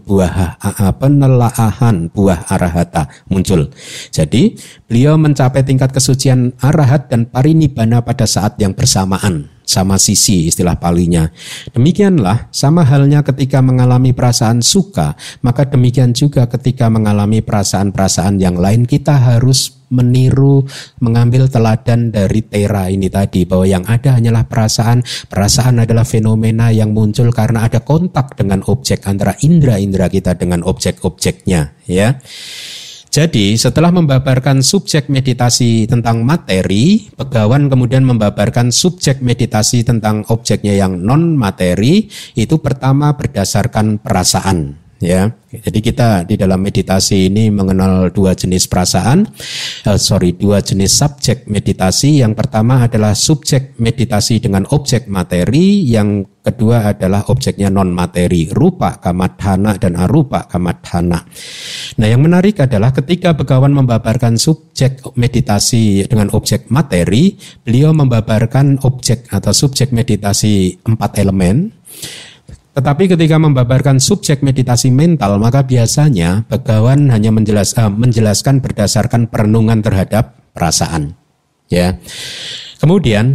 buah arahata muncul. Jadi, beliau mencapai tingkat kesucian arahat dan parinibbana pada saat yang bersamaan. Sama sisi istilah palinya. Demikianlah sama halnya ketika mengalami perasaan suka, maka demikian juga ketika mengalami perasaan-perasaan yang lain, kita harus meniru, mengambil teladan dari tera ini tadi, bahwa yang ada hanyalah perasaan. Perasaan adalah fenomena yang muncul karena ada kontak dengan objek antara indera-indera kita dengan objek-objeknya, ya. Jadi setelah membabarkan subjek meditasi tentang materi, Begawan kemudian membabarkan subjek meditasi tentang objeknya yang non materi, itu pertama berdasarkan perasaan. Ya, jadi kita di dalam meditasi ini mengenal dua jenis perasaan, dua jenis subjek meditasi. Yang pertama adalah subjek meditasi dengan objek materi, yang kedua adalah objeknya non materi, rupa kamadhana dan arupa kamadhana. Nah, yang menarik adalah ketika Begawan membabarkan subjek meditasi dengan objek materi, beliau membabarkan objek atau subjek meditasi 4 elemen. Tetapi ketika membabarkan subjek meditasi mental, maka biasanya Begawan hanya menjelaskan berdasarkan perenungan terhadap perasaan. Ya. Kemudian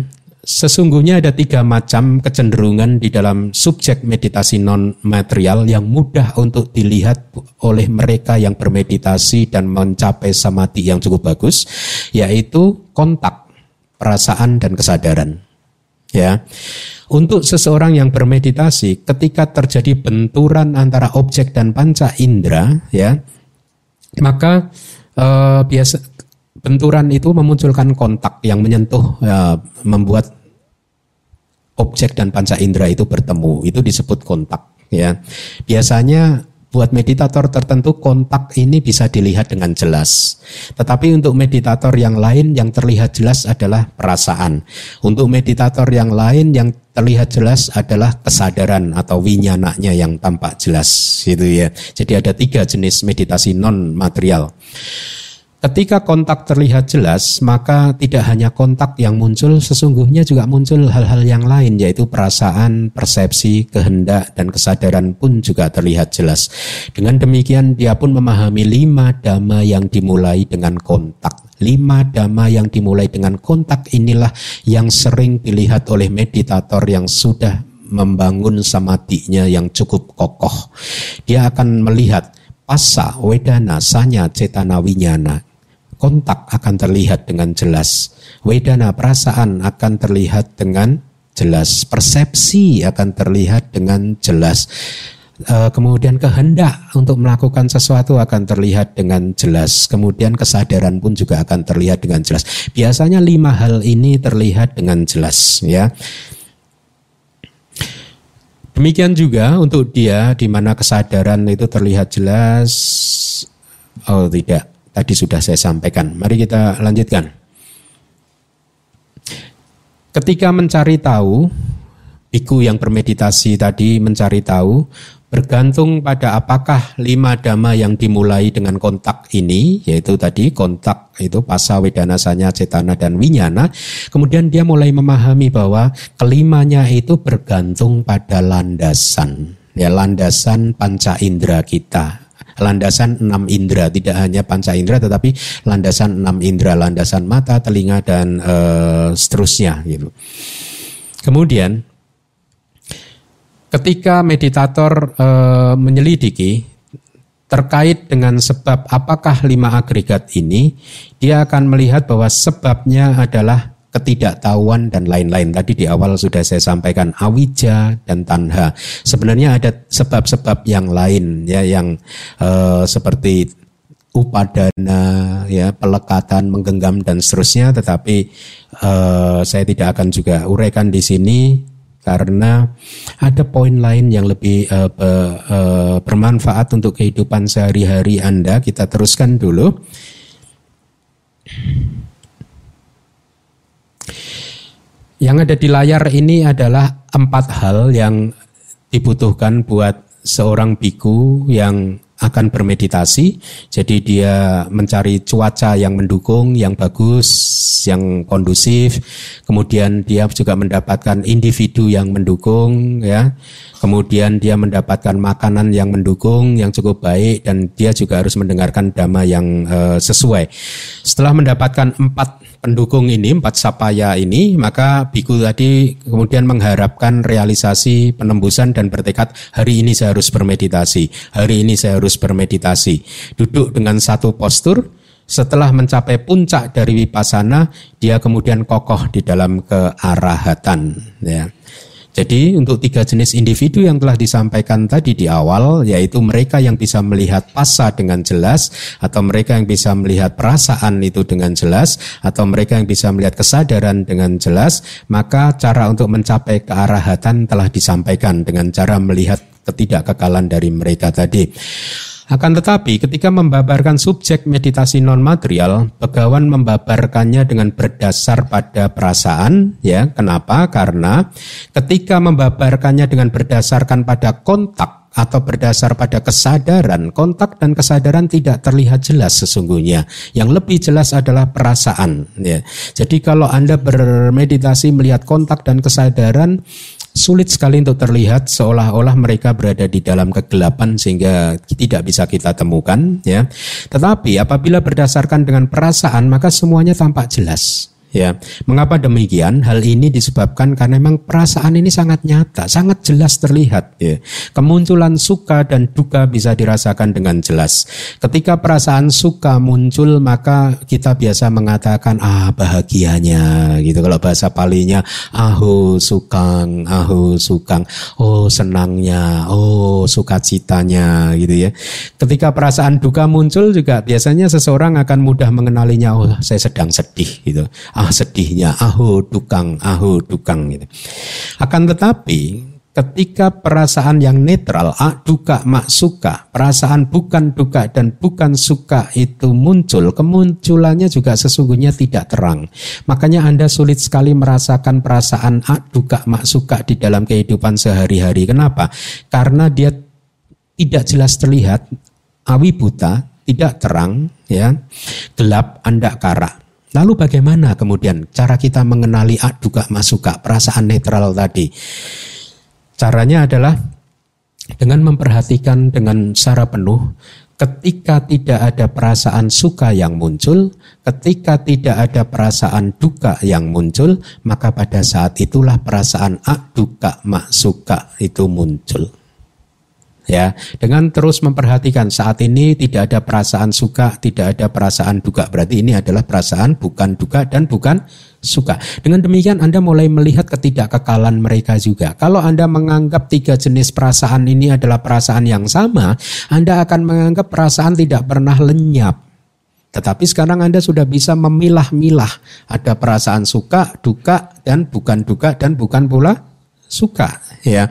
sesungguhnya ada 3 macam kecenderungan di dalam subjek meditasi non-material yang mudah untuk dilihat oleh mereka yang bermeditasi dan mencapai samadhi yang cukup bagus, yaitu kontak, perasaan, dan kesadaran. Ya, untuk seseorang yang bermeditasi, ketika terjadi benturan antara objek dan panca indera, ya, maka biasa benturan itu memunculkan kontak yang menyentuh, membuat objek dan panca indera itu bertemu. Itu disebut kontak. Ya, biasanya buat meditator tertentu kontak ini bisa dilihat dengan jelas. Tetapi untuk meditator yang lain yang terlihat jelas adalah perasaan. Untuk meditator yang lain yang terlihat jelas adalah kesadaran atau winyananya yang tampak jelas, gitu ya. Jadi ada 3 jenis meditasi non material. Ketika kontak terlihat jelas, maka tidak hanya kontak yang muncul, sesungguhnya juga muncul hal-hal yang lain, yaitu perasaan, persepsi, kehendak, dan kesadaran pun juga terlihat jelas. Dengan demikian dia pun memahami 5 dhamma yang dimulai dengan kontak. 5 dhamma yang dimulai dengan kontak inilah yang sering dilihat oleh meditator yang sudah membangun samadhinya yang cukup kokoh. Dia akan melihat passa, wedana, sanya, cetana, winyana. Kontak akan terlihat dengan jelas. Wedana, perasaan akan terlihat dengan jelas. Persepsi akan terlihat dengan jelas. Kemudian kehendak untuk melakukan sesuatu akan terlihat dengan jelas. Kemudian kesadaran pun juga akan terlihat dengan jelas. Biasanya 5 hal ini terlihat dengan jelas, ya. Demikian juga untuk dia di mana kesadaran itu terlihat jelas. Oh tidak, tadi sudah saya sampaikan. Mari kita lanjutkan. Ketika mencari tahu, biku yang bermeditasi tadi mencari tahu, bergantung pada apakah 5 dhamma yang dimulai dengan kontak ini, yaitu tadi kontak itu passa, wedana, sanya, cetana, dan winyana. Kemudian dia mulai memahami bahwa kelimanya itu bergantung pada landasan, ya, landasan panca indera kita. Landasan 6 indera, tidak hanya panca indera tetapi landasan 6 indera, landasan mata, telinga, dan seterusnya gitu. Kemudian ketika meditator menyelidiki terkait dengan sebab apakah 5 agregat ini, dia akan melihat bahwa sebabnya adalah ketidaktahuan dan lain-lain. Tadi di awal sudah saya sampaikan awija dan tanha. Sebenarnya ada sebab-sebab yang lain, ya, yang seperti upadana, ya, pelekatan, menggenggam, dan seterusnya. Tetapi saya tidak akan juga uraikan di sini karena ada poin lain yang lebih bermanfaat untuk kehidupan sehari-hari Anda. Kita teruskan dulu. Yang ada di layar ini adalah 4 hal yang dibutuhkan buat seorang biku yang akan bermeditasi. Jadi dia mencari cuaca yang mendukung, yang bagus, yang kondusif. Kemudian dia juga mendapatkan individu yang mendukung, ya. Kemudian dia mendapatkan makanan yang mendukung, yang cukup baik, dan dia juga harus mendengarkan dhamma yang sesuai. Setelah mendapatkan 4 pendukung ini, 4 sapaya ini, maka biku tadi kemudian mengharapkan realisasi penembusan dan bertekad, hari ini saya harus bermeditasi, hari ini saya harus bermeditasi. Duduk dengan satu postur. Setelah mencapai puncak dari vipassana, dia kemudian kokoh di dalam kearahatan, ya. Jadi untuk 3 jenis individu yang telah disampaikan tadi di awal, yaitu mereka yang bisa melihat passa dengan jelas, atau mereka yang bisa melihat perasaan itu dengan jelas, atau mereka yang bisa melihat kesadaran dengan jelas, maka cara untuk mencapai kearahatan telah disampaikan dengan cara melihat ketidakkekalan dari mereka tadi. Akan tetapi ketika membabarkan subjek meditasi non-material, Begawan membabarkannya dengan berdasar pada perasaan, ya. Kenapa? Karena ketika membabarkannya dengan berdasarkan pada kontak atau berdasar pada kesadaran, kontak dan kesadaran tidak terlihat jelas sesungguhnya. Yang lebih jelas adalah perasaan, ya. Jadi kalau Anda bermeditasi melihat kontak dan kesadaran, sulit sekali untuk terlihat, seolah-olah mereka berada di dalam kegelapan sehingga tidak bisa kita temukan, ya. Tetapi apabila berdasarkan dengan perasaan, maka semuanya tampak jelas. Ya, mengapa demikian? Hal ini disebabkan karena memang perasaan ini sangat nyata, sangat jelas terlihat. Ya. Kemunculan suka dan duka bisa dirasakan dengan jelas. Ketika perasaan suka muncul, maka kita biasa mengatakan bahagianya, gitu. Kalau bahasa Palinya aho sukang, oh senangnya, oh sukacitanya, gitu ya. Ketika perasaan duka muncul juga biasanya seseorang akan mudah mengenalinya, oh saya sedang sedih, gitu. Sedihnya, aho dukang gitu. Akan tetapi ketika perasaan yang netral, duka mak suka, perasaan bukan duka dan bukan suka itu muncul, kemunculannya juga sesungguhnya tidak terang. Makanya Anda sulit sekali merasakan perasaan duka mak suka di dalam kehidupan sehari-hari. Kenapa? Karena dia tidak jelas terlihat, awi buta, tidak terang, ya, gelap, andakara. Lalu bagaimana kemudian cara kita mengenali duka masuka, perasaan netral tadi? Caranya adalah dengan memperhatikan dengan secara penuh ketika tidak ada perasaan suka yang muncul, ketika tidak ada perasaan duka yang muncul, maka pada saat itulah perasaan duka masuka itu muncul. Ya, dengan terus memperhatikan saat ini tidak ada perasaan suka, tidak ada perasaan duka, berarti ini adalah perasaan bukan duka dan bukan suka. Dengan demikian Anda mulai melihat ketidakkekalan mereka juga. Kalau Anda menganggap 3 jenis perasaan ini adalah perasaan yang sama, Anda akan menganggap perasaan tidak pernah lenyap. Tetapi sekarang Anda sudah bisa memilah-milah, ada perasaan suka, duka, dan bukan duka dan bukan pula suka, ya.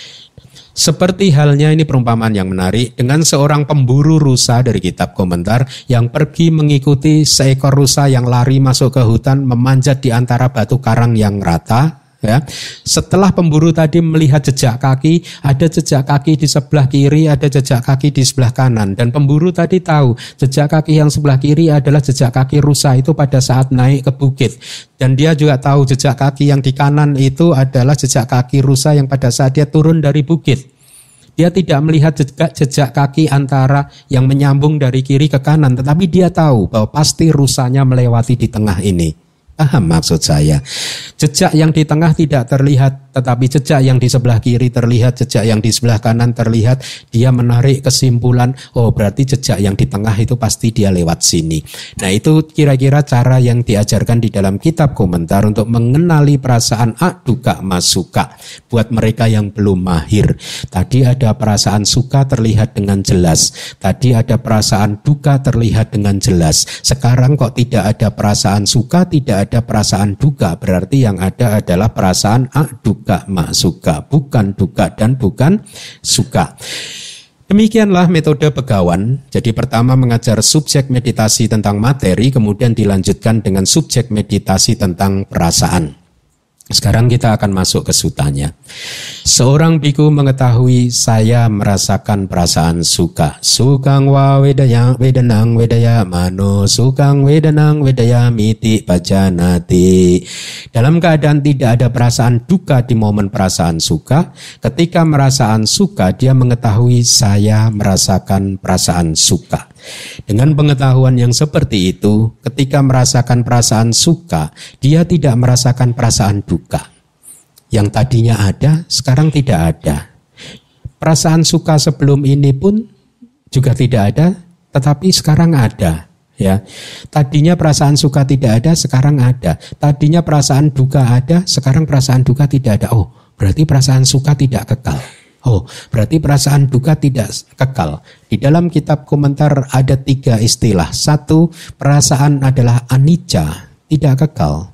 Seperti halnya ini perumpamaan yang menarik dengan seorang pemburu rusa dari kitab komentar yang pergi mengikuti seekor rusa yang lari masuk ke hutan memanjat di antara batu karang yang rata. Ya. Setelah pemburu tadi melihat jejak kaki, ada jejak kaki di sebelah kiri, ada jejak kaki di sebelah kanan. Dan pemburu tadi tahu jejak kaki yang sebelah kiri adalah jejak kaki rusa itu pada saat naik ke bukit. Dan dia juga tahu jejak kaki yang di kanan itu adalah jejak kaki rusa yang pada saat dia turun dari bukit. Dia tidak melihat jejak kaki antara yang menyambung dari kiri ke kanan, tetapi dia tahu bahwa pasti rusanya melewati di tengah ini. Paham maksud saya? Jejak yang di tengah tidak terlihat, tetapi jejak yang di sebelah kiri terlihat, jejak yang di sebelah kanan terlihat. Dia menarik kesimpulan, oh berarti jejak yang di tengah itu pasti dia lewat sini. Nah itu kira-kira cara yang diajarkan di dalam kitab komentar untuk mengenali perasaan duka masuka. Buat mereka yang belum mahir, tadi ada perasaan suka terlihat dengan jelas, tadi ada perasaan duka terlihat dengan jelas. Sekarang kok tidak ada perasaan suka, tidak ada perasaan duka, berarti yang ada adalah perasaan duka masuka, bukan duka dan bukan suka. Demikianlah metode Begawan. Jadi pertama mengajar subjek meditasi tentang materi, kemudian dilanjutkan dengan subjek meditasi tentang perasaan. Sekarang kita akan masuk ke sutanya. Seorang biku mengetahui saya merasakan perasaan suka. Sukang wa wedanang wedaya mano, sukang wedanang wedaya miti pajanati. Dalam keadaan tidak ada perasaan duka di momen perasaan suka, ketika perasaan suka dia mengetahui saya merasakan perasaan suka. Dengan pengetahuan yang seperti itu, ketika merasakan perasaan suka, dia tidak merasakan perasaan duka. Yang tadinya ada, sekarang tidak ada. Perasaan suka sebelum ini pun juga tidak ada, tetapi sekarang ada. Ya, tadinya perasaan suka tidak ada, sekarang ada. Tadinya perasaan duka ada, sekarang perasaan duka tidak ada. Oh, berarti perasaan suka tidak kekal. Oh, berarti perasaan duka tidak kekal. Di dalam kitab komentar ada 3 istilah. 1, perasaan adalah anicca, tidak kekal.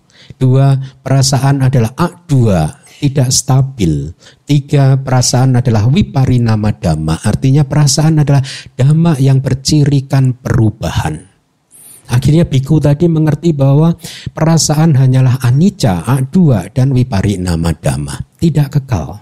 2, perasaan adalah akdua, tidak stabil. 3, perasaan adalah viparinama dhamma, artinya perasaan adalah dhamma yang bercirikan perubahan. Akhirnya biku tadi mengerti bahwa perasaan hanyalah anicca, akdua, dan viparinama dhamma, tidak kekal.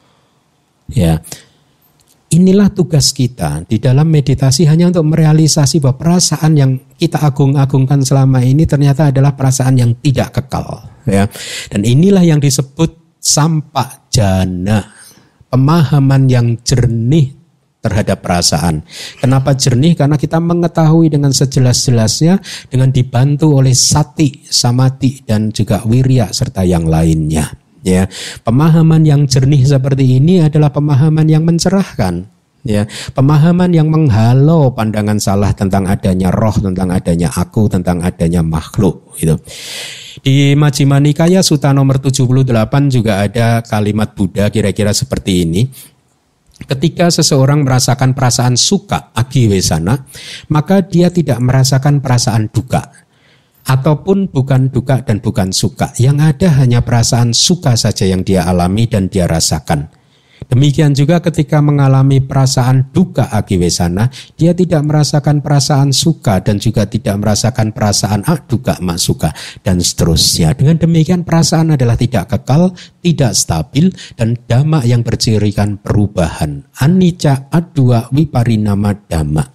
Ya, inilah tugas kita di dalam meditasi, hanya untuk merealisasi bahwa perasaan yang kita agung-agungkan selama ini ternyata adalah perasaan yang tidak kekal. Ya, dan inilah yang disebut sampak jana, pemahaman yang jernih terhadap perasaan. Kenapa jernih? Karena kita mengetahui dengan sejelas-jelasnya dengan dibantu oleh sati, samadhi dan juga wirya serta yang lainnya. Ya, pemahaman yang jernih seperti ini adalah pemahaman yang mencerahkan. Ya, pemahaman yang menghalau pandangan salah tentang adanya roh, tentang adanya aku, tentang adanya makhluk. Gitu. Di Majjhima Nikaya Sutta nomor 78 juga ada kalimat Buddha kira-kira seperti ini. Ketika seseorang merasakan perasaan suka, agiwesana, maka dia tidak merasakan perasaan duka. Ataupun bukan duka dan bukan suka. Yang ada hanya perasaan suka saja yang dia alami dan dia rasakan. Demikian juga ketika mengalami perasaan duka agiwesana, dia tidak merasakan perasaan suka dan juga tidak merasakan perasaan duka masuka dan seterusnya. Dengan demikian perasaan adalah tidak kekal, tidak stabil dan dhamma yang bercirikan perubahan. Anicca aduwa viparinama dhamma.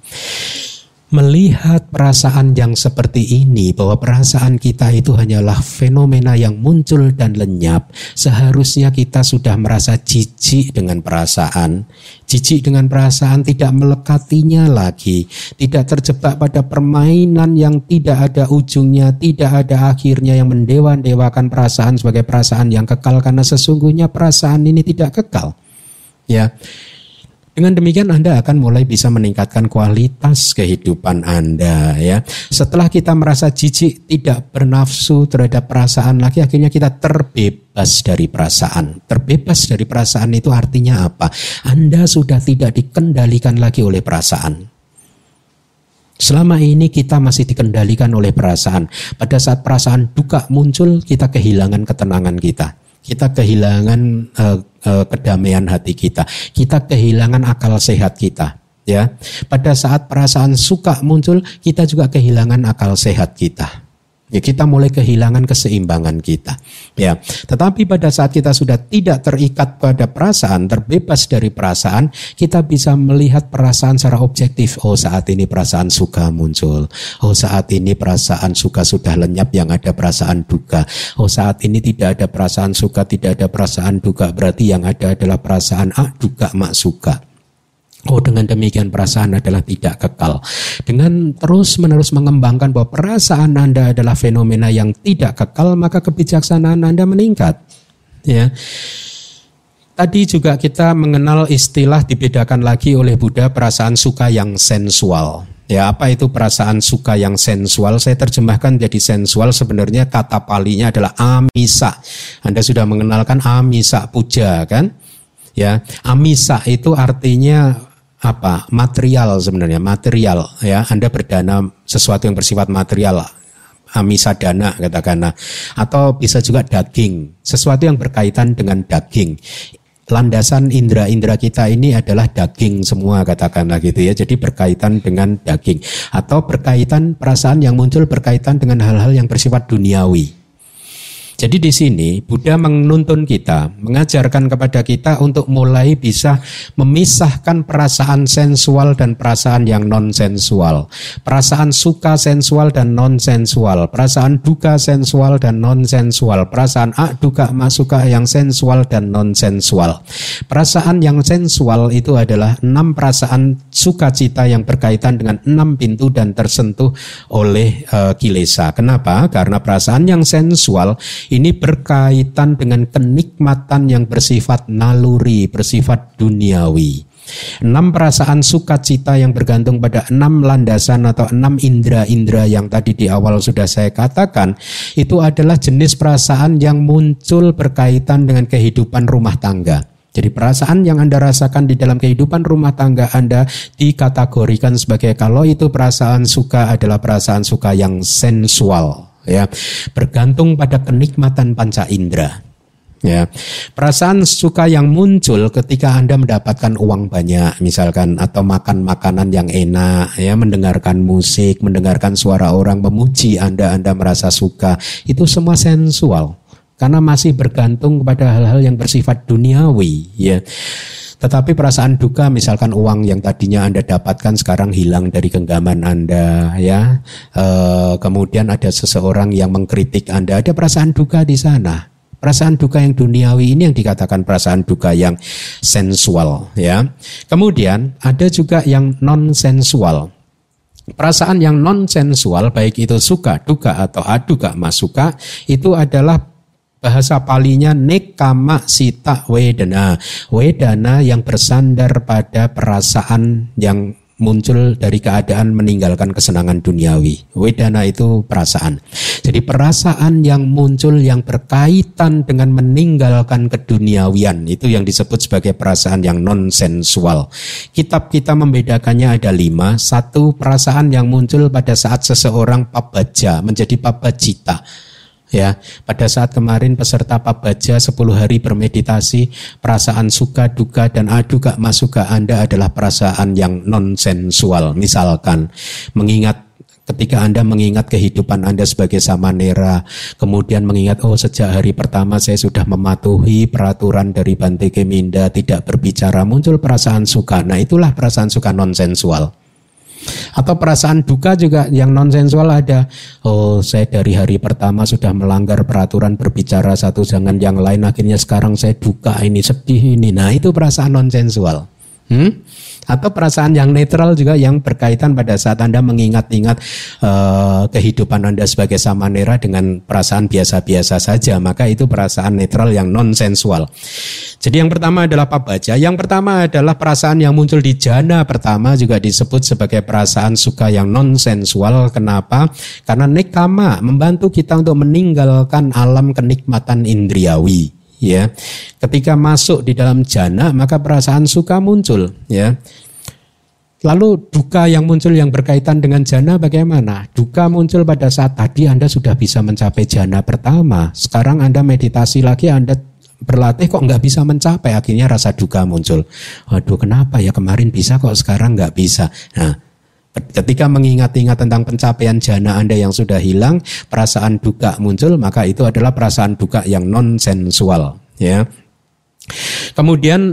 Melihat perasaan yang seperti ini, bahwa perasaan kita itu hanyalah fenomena yang muncul dan lenyap, seharusnya kita sudah merasa jijik dengan perasaan. Jijik dengan perasaan, tidak melekatinya lagi, tidak terjebak pada permainan yang tidak ada ujungnya, tidak ada akhirnya, yang mendewa-dewakan perasaan sebagai perasaan yang kekal, karena sesungguhnya perasaan ini tidak kekal. Ya. Dengan demikian Anda akan mulai bisa meningkatkan kualitas kehidupan Anda, ya. Setelah kita merasa jijik, tidak bernafsu terhadap perasaan lagi, akhirnya kita terbebas dari perasaan. Terbebas dari perasaan itu artinya apa? Anda sudah tidak dikendalikan lagi oleh perasaan. Selama ini kita masih dikendalikan oleh perasaan. Pada saat perasaan duka muncul, kita kehilangan ketenangan kita. Kita kehilangan kedamaian hati kita. Kita kehilangan akal sehat kita. Ya, pada saat perasaan suka muncul, kita juga kehilangan akal sehat kita. Ya, kita mulai kehilangan keseimbangan kita. Ya, tetapi pada saat kita sudah tidak terikat pada perasaan, terbebas dari perasaan, kita bisa melihat perasaan secara objektif. Oh, saat ini perasaan suka muncul. Oh, saat ini perasaan suka sudah lenyap, yang ada perasaan duka. Oh, saat ini tidak ada perasaan suka, tidak ada perasaan duka. Berarti yang ada adalah perasaan duka mak suka. Oh, dengan demikian perasaan adalah tidak kekal. Dengan terus-menerus mengembangkan bahwa perasaan Anda adalah fenomena yang tidak kekal, maka kebijaksanaan Anda meningkat. Ya. Tadi juga kita mengenal istilah, dibedakan lagi oleh Buddha, perasaan suka yang sensual. Ya, apa itu perasaan suka yang sensual? Saya terjemahkan jadi sensual, sebenarnya kata palinya adalah amisa. Anda sudah mengenalkan amisa puja, kan? Ya, amisa itu artinya apa? Material sebenarnya, material, ya. Anda berdana sesuatu yang bersifat material, amisa dana katakanlah, atau bisa juga daging, sesuatu yang berkaitan dengan daging. Landasan indera-indera kita ini adalah daging semua katakanlah gitu ya. Jadi berkaitan dengan daging, atau berkaitan perasaan yang muncul berkaitan dengan hal-hal yang bersifat duniawi. Jadi di sini Buddha menuntun kita, mengajarkan kepada kita untuk mulai bisa memisahkan perasaan sensual dan perasaan yang non-sensual. Perasaan suka sensual dan non-sensual, perasaan duka sensual dan non-sensual, perasaan duka masuka yang sensual dan non-sensual. Perasaan yang sensual itu adalah 6 perasaan sukacita yang berkaitan dengan 6 pintu dan tersentuh oleh kilesa. Kenapa? Karena perasaan yang sensual ini berkaitan dengan kenikmatan yang bersifat naluri, bersifat duniawi. 6 perasaan sukacita yang bergantung pada 6 landasan atau 6 indera-indera yang tadi di awal sudah saya katakan, itu adalah jenis perasaan yang muncul berkaitan dengan kehidupan rumah tangga. Jadi perasaan yang Anda rasakan di dalam kehidupan rumah tangga Anda dikategorikan sebagai, kalau itu perasaan suka adalah perasaan suka yang sensual. Ya, bergantung pada kenikmatan panca indera. Ya, perasaan suka yang muncul ketika Anda mendapatkan uang banyak misalkan, atau makan makanan yang enak, ya, mendengarkan musik, mendengarkan suara orang memuji Anda merasa suka. Itu semua sensual karena masih bergantung kepada hal-hal yang bersifat duniawi, ya. Tetapi perasaan duka, misalkan uang yang tadinya Anda dapatkan sekarang hilang dari genggaman Anda, ya. Kemudian ada seseorang yang mengkritik Anda, ada perasaan duka di sana. Perasaan duka yang duniawi ini yang dikatakan perasaan duka yang sensual, ya. Kemudian ada juga yang non sensual. Perasaan yang non sensual, baik itu suka, duka atau aduka masuka, itu adalah bahasa palinya nekama sita wedana. Wedana yang bersandar pada perasaan yang muncul dari keadaan meninggalkan kesenangan duniawi. Wedana itu perasaan. Jadi perasaan yang muncul yang berkaitan dengan meninggalkan keduniawian, itu yang disebut sebagai perasaan yang non-sensual. Kitab kita membedakannya ada 5. 1, perasaan yang muncul pada saat seseorang pabaja menjadi pabajita. Ya, pada saat kemarin peserta pabaja 10 hari bermeditasi, perasaan suka, duka dan aduka masuka Anda adalah perasaan yang non sensual. Misalkan ketika Anda mengingat kehidupan Anda sebagai samanera, kemudian mengingat sejak hari pertama saya sudah mematuhi peraturan dari Bante Keminda, tidak berbicara, muncul perasaan suka. Nah, itulah perasaan suka non sensual. Atau perasaan duka juga yang non sensual ada. Saya dari hari pertama sudah melanggar peraturan berbicara satu dengan yang lain, akhirnya sekarang saya duka ini, sedih ini. Nah, itu perasaan non sensual. Atau perasaan yang netral juga yang berkaitan pada saat Anda mengingat-ingat kehidupan Anda sebagai samanera dengan perasaan biasa-biasa saja, maka itu perasaan netral yang non sensual. Jadi yang pertama adalah pabaja. Yang pertama adalah perasaan yang muncul di jana pertama, juga disebut sebagai perasaan suka yang non sensual. Kenapa? Karena nekama membantu kita untuk meninggalkan alam kenikmatan indriawi. Ya, ketika masuk di dalam jana maka perasaan suka muncul, ya. Lalu duka yang muncul yang berkaitan dengan jana bagaimana? Duka muncul pada saat tadi Anda sudah bisa mencapai jana pertama, sekarang Anda meditasi lagi, Anda berlatih kok nggak bisa mencapai, akhirnya rasa duka muncul. Waduh, kenapa ya kemarin bisa kok sekarang nggak bisa? Nah, ketika mengingat-ingat tentang pencapaian jana Anda yang sudah hilang, perasaan duka muncul, maka itu adalah perasaan duka yang non sensual, ya. Kemudian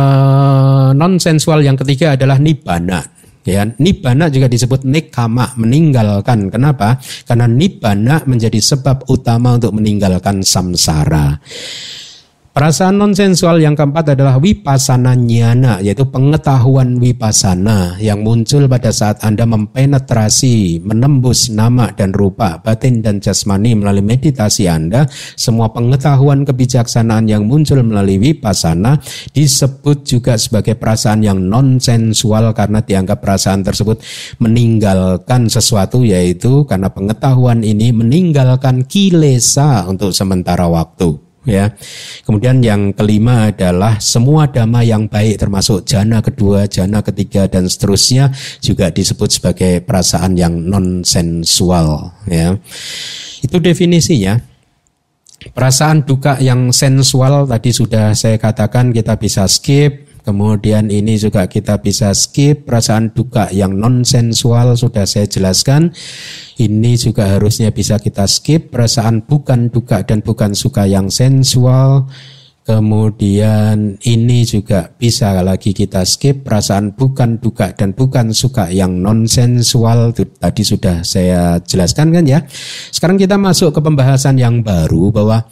non sensual yang ketiga adalah nibbana. Ya, nibbana juga disebut nekama, meninggalkan. Kenapa? Karena nibbana menjadi sebab utama untuk meninggalkan samsara. Perasaan non-sensual yang keempat adalah vipassana jnana, yaitu pengetahuan vipassana yang muncul pada saat Anda mempenetrasi, menembus nama dan rupa, batin dan jasmani melalui meditasi Anda. Semua pengetahuan kebijaksanaan yang muncul melalui vipassana disebut juga sebagai perasaan yang non-sensual karena dianggap perasaan tersebut meninggalkan sesuatu, yaitu karena pengetahuan ini meninggalkan kilesa untuk sementara waktu. Ya. Kemudian yang kelima adalah semua dhamma yang baik termasuk jana kedua, jana ketiga dan seterusnya juga disebut sebagai perasaan yang non sensual, ya. Itu definisinya. Perasaan duka yang sensual tadi sudah saya katakan kita bisa skip. Kemudian ini juga kita bisa skip. Perasaan duka yang non sensual sudah saya jelaskan. Ini juga harusnya bisa kita skip. Perasaan bukan duka dan bukan suka yang sensual. Kemudian ini juga bisa lagi kita skip. Perasaan bukan duka dan bukan suka yang non sensual. Tadi sudah saya jelaskan kan ya. Sekarang kita masuk ke pembahasan yang baru bahwa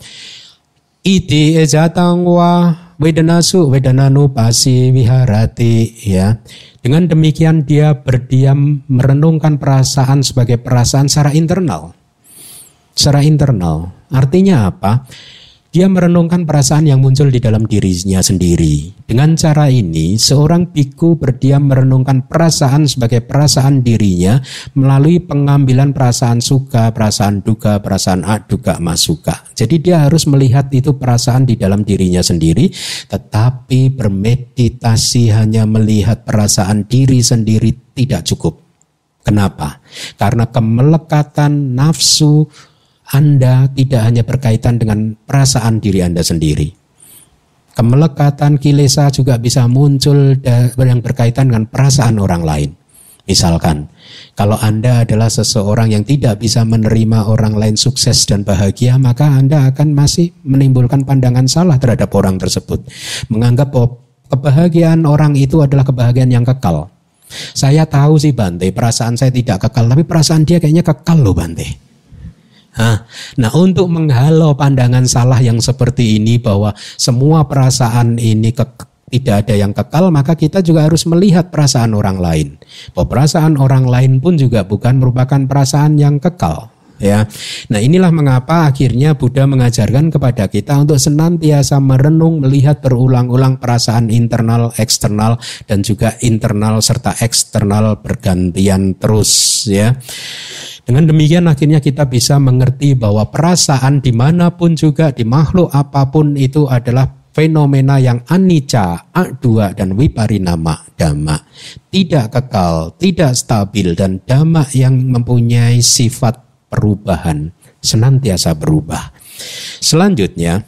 ide ejatang wa wedanasu wedananu pasi viharati, ya. Dengan demikian dia berdiam merenungkan perasaan sebagai perasaan secara internal. Secara internal. Artinya apa? Dia merenungkan perasaan yang muncul di dalam dirinya sendiri. Dengan cara ini, seorang biku berdiam merenungkan perasaan sebagai perasaan dirinya melalui pengambilan perasaan suka, perasaan duka, perasaan aduka, masuka. Jadi dia harus melihat itu perasaan di dalam dirinya sendiri, tetapi bermeditasi hanya melihat perasaan diri sendiri tidak cukup. Kenapa? Karena kemelekatan nafsu Anda tidak hanya berkaitan dengan perasaan diri Anda sendiri. Kemelekatan kilesa juga bisa muncul yang berkaitan dengan perasaan orang lain. Misalkan, kalau Anda adalah seseorang yang tidak bisa menerima orang lain sukses dan bahagia, maka Anda akan masih menimbulkan pandangan salah terhadap orang tersebut. Menganggap bahwa kebahagiaan orang itu adalah kebahagiaan yang kekal. Saya tahu sih Bante, perasaan saya tidak kekal, tapi perasaan dia kayaknya kekal loh Bante. Nah, untuk menghalau pandangan salah yang seperti ini bahwa semua perasaan ini tidak ada yang kekal, maka kita juga harus melihat perasaan orang lain. Bahwa perasaan orang lain pun juga bukan merupakan perasaan yang kekal. Ya, nah inilah mengapa akhirnya Buddha mengajarkan kepada kita untuk senantiasa merenung, melihat berulang-ulang perasaan internal, eksternal, dan juga internal serta eksternal bergantian terus. Ya, dengan demikian akhirnya kita bisa mengerti bahwa perasaan dimanapun juga di makhluk apapun itu adalah fenomena yang anicca, adua, dan viparinama dhamma. Tidak kekal, tidak stabil, dan dhamma yang mempunyai sifat perubahan, senantiasa berubah. Selanjutnya,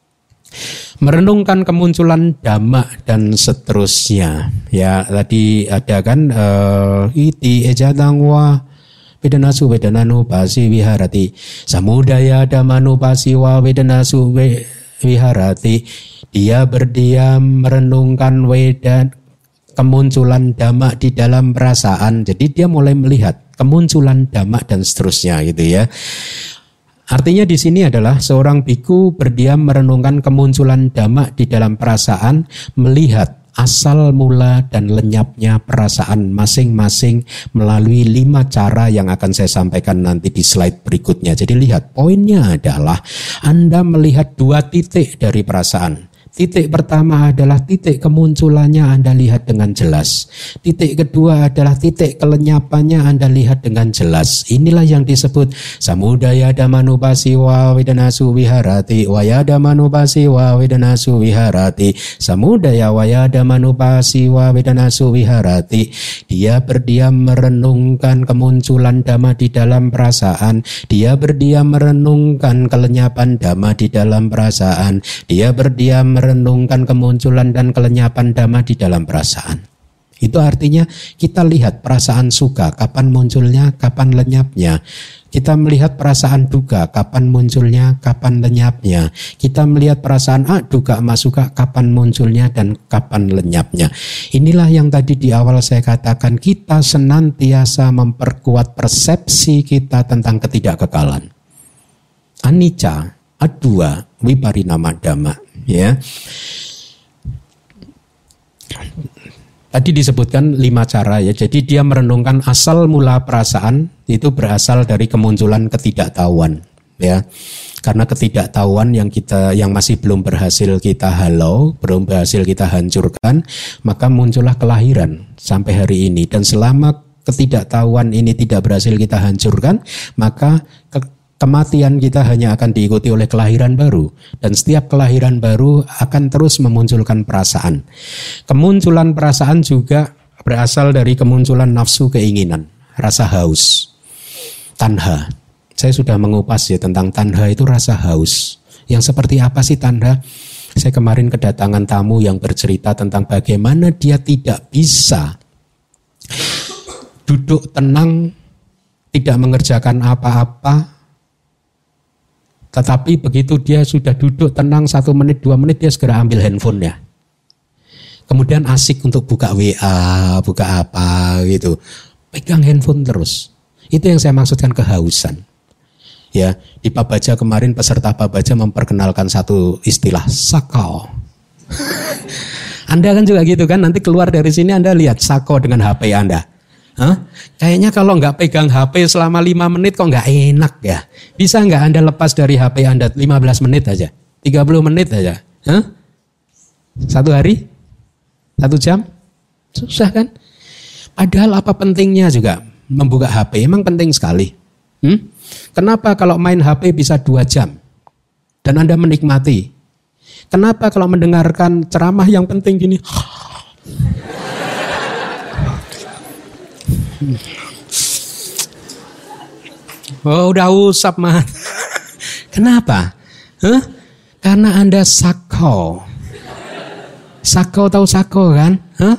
merenungkan kemunculan dhamma dan seterusnya. Ya, tadi ada kan iti ejatang wa vedanasu vedananu pasi viharati, samudaya dhammanu pasi wa vedanasu viharati. Dia berdiam merenungkan vedan kemunculan dhamma di dalam perasaan. Jadi dia mulai melihat kemunculan dhamma dan seterusnya gitu ya. Artinya di sini adalah seorang biku berdiam merenungkan kemunculan dhamma di dalam perasaan, melihat asal mula dan lenyapnya perasaan masing-masing melalui 5 cara yang akan saya sampaikan nanti di slide berikutnya. Jadi lihat, poinnya adalah Anda melihat 2 titik dari perasaan. Titik pertama adalah titik kemunculannya Anda lihat dengan jelas. Titik kedua adalah titik kelenyapannya Anda lihat dengan jelas. Inilah yang disebut samudaya dhammanu wa vedanasu viharati, waya dhammanu wa vedanasu viharati, samudaya waya dhammanu wa vedanasu viharati. Dia berdiam merenungkan kemunculan dhamma di dalam perasaan. Dia berdiam merenungkan kelenyapan dhamma di dalam perasaan. Dia berdiam merenungkan kemunculan dan kelenyapan dhamma di dalam perasaan. Itu artinya kita lihat perasaan suka, kapan munculnya, kapan lenyapnya. Kita melihat perasaan duka, kapan munculnya, kapan lenyapnya. Kita melihat perasaan duka sama suka, kapan munculnya dan kapan lenyapnya. Inilah yang tadi di awal saya katakan, kita senantiasa memperkuat persepsi kita tentang ketidakkekalan. Anicca, adua, viparinama dhamma. Ya, tadi disebutkan 5 cara ya. Jadi dia merenungkan asal mula perasaan itu berasal dari kemunculan ketidaktahuan. Ya, karena ketidaktahuan yang masih belum berhasil kita halau, belum berhasil kita hancurkan, maka muncullah kelahiran sampai hari ini. Dan selama ketidaktahuan ini tidak berhasil kita hancurkan, maka kematian kita hanya akan diikuti oleh kelahiran baru. Dan setiap kelahiran baru akan terus memunculkan perasaan. Kemunculan perasaan juga berasal dari kemunculan nafsu keinginan, rasa haus, tanha. Saya sudah mengupas ya tentang tanha itu rasa haus. Yang seperti apa sih tanha? Saya kemarin kedatangan tamu yang bercerita tentang bagaimana dia tidak bisa duduk tenang, tidak mengerjakan apa-apa. Tetapi begitu dia sudah duduk tenang 1 menit, 2 menit, dia segera ambil handphonenya. Kemudian asik untuk buka WA, buka apa gitu. Pegang handphone terus. Itu yang saya maksudkan kehausan. Ya, di Pabaja kemarin peserta Pabaja memperkenalkan satu istilah sako. Anda kan juga gitu kan, nanti keluar dari sini Anda lihat sako dengan HP Anda. Kayaknya kalau nggak pegang HP selama 5 menit kok nggak enak ya. Bisa nggak Anda lepas dari HP Anda 15 menit aja, 30 menit aja? 1 hari? 1 jam? Susah kan? Padahal apa pentingnya juga membuka HP? Emang penting sekali. Kenapa kalau main HP bisa 2 jam dan Anda menikmati? Kenapa kalau mendengarkan ceramah yang penting gini? Oh, udah usap mah. Kenapa? Karena Anda sako. Sako, tahu sako kan?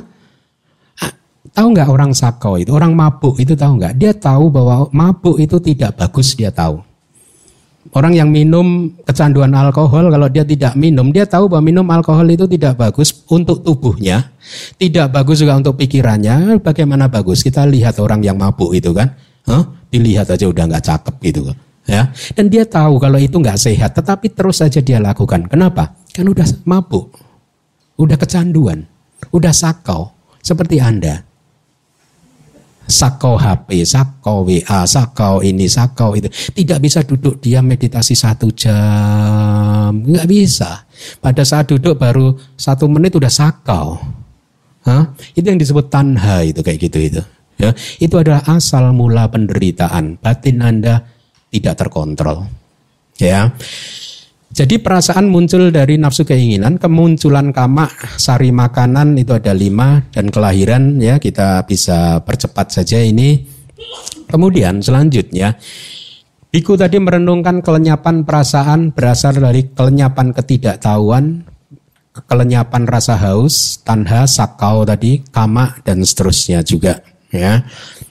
Tahu nggak orang sako itu? Orang mabuk itu tahu nggak? Dia tahu bahwa mabuk itu tidak bagus, dia tahu. Orang yang minum kecanduan alkohol, kalau dia tidak minum, dia tahu bahwa minum alkohol itu tidak bagus untuk tubuhnya, tidak bagus juga untuk pikirannya. Bagaimana bagus? Kita lihat orang yang mabuk itu kan, dilihat aja udah nggak cakep gitu. Ya, dan dia tahu kalau itu nggak sehat, tetapi terus saja dia lakukan. Kenapa? Kan udah mabuk, udah kecanduan, udah sakau, seperti Anda. Sakau HP, sakau WA, sakau ini, sakau itu. Tidak bisa duduk diam meditasi 1 jam, nggak bisa. Pada saat duduk baru 1 menit udah sakau. Itu yang disebut tanha itu, kayak gitu itu. Ya, itu adalah asal mula penderitaan. Batin Anda tidak terkontrol. Ya. Jadi perasaan muncul dari nafsu keinginan, kemunculan kama, sari makanan itu ada 5, dan kelahiran ya kita bisa percepat saja ini. Kemudian selanjutnya, biku tadi merenungkan kelenyapan perasaan berasal dari kelenyapan ketidaktahuan, kelenyapan rasa haus, tanha, sakau tadi, kama dan seterusnya juga ya.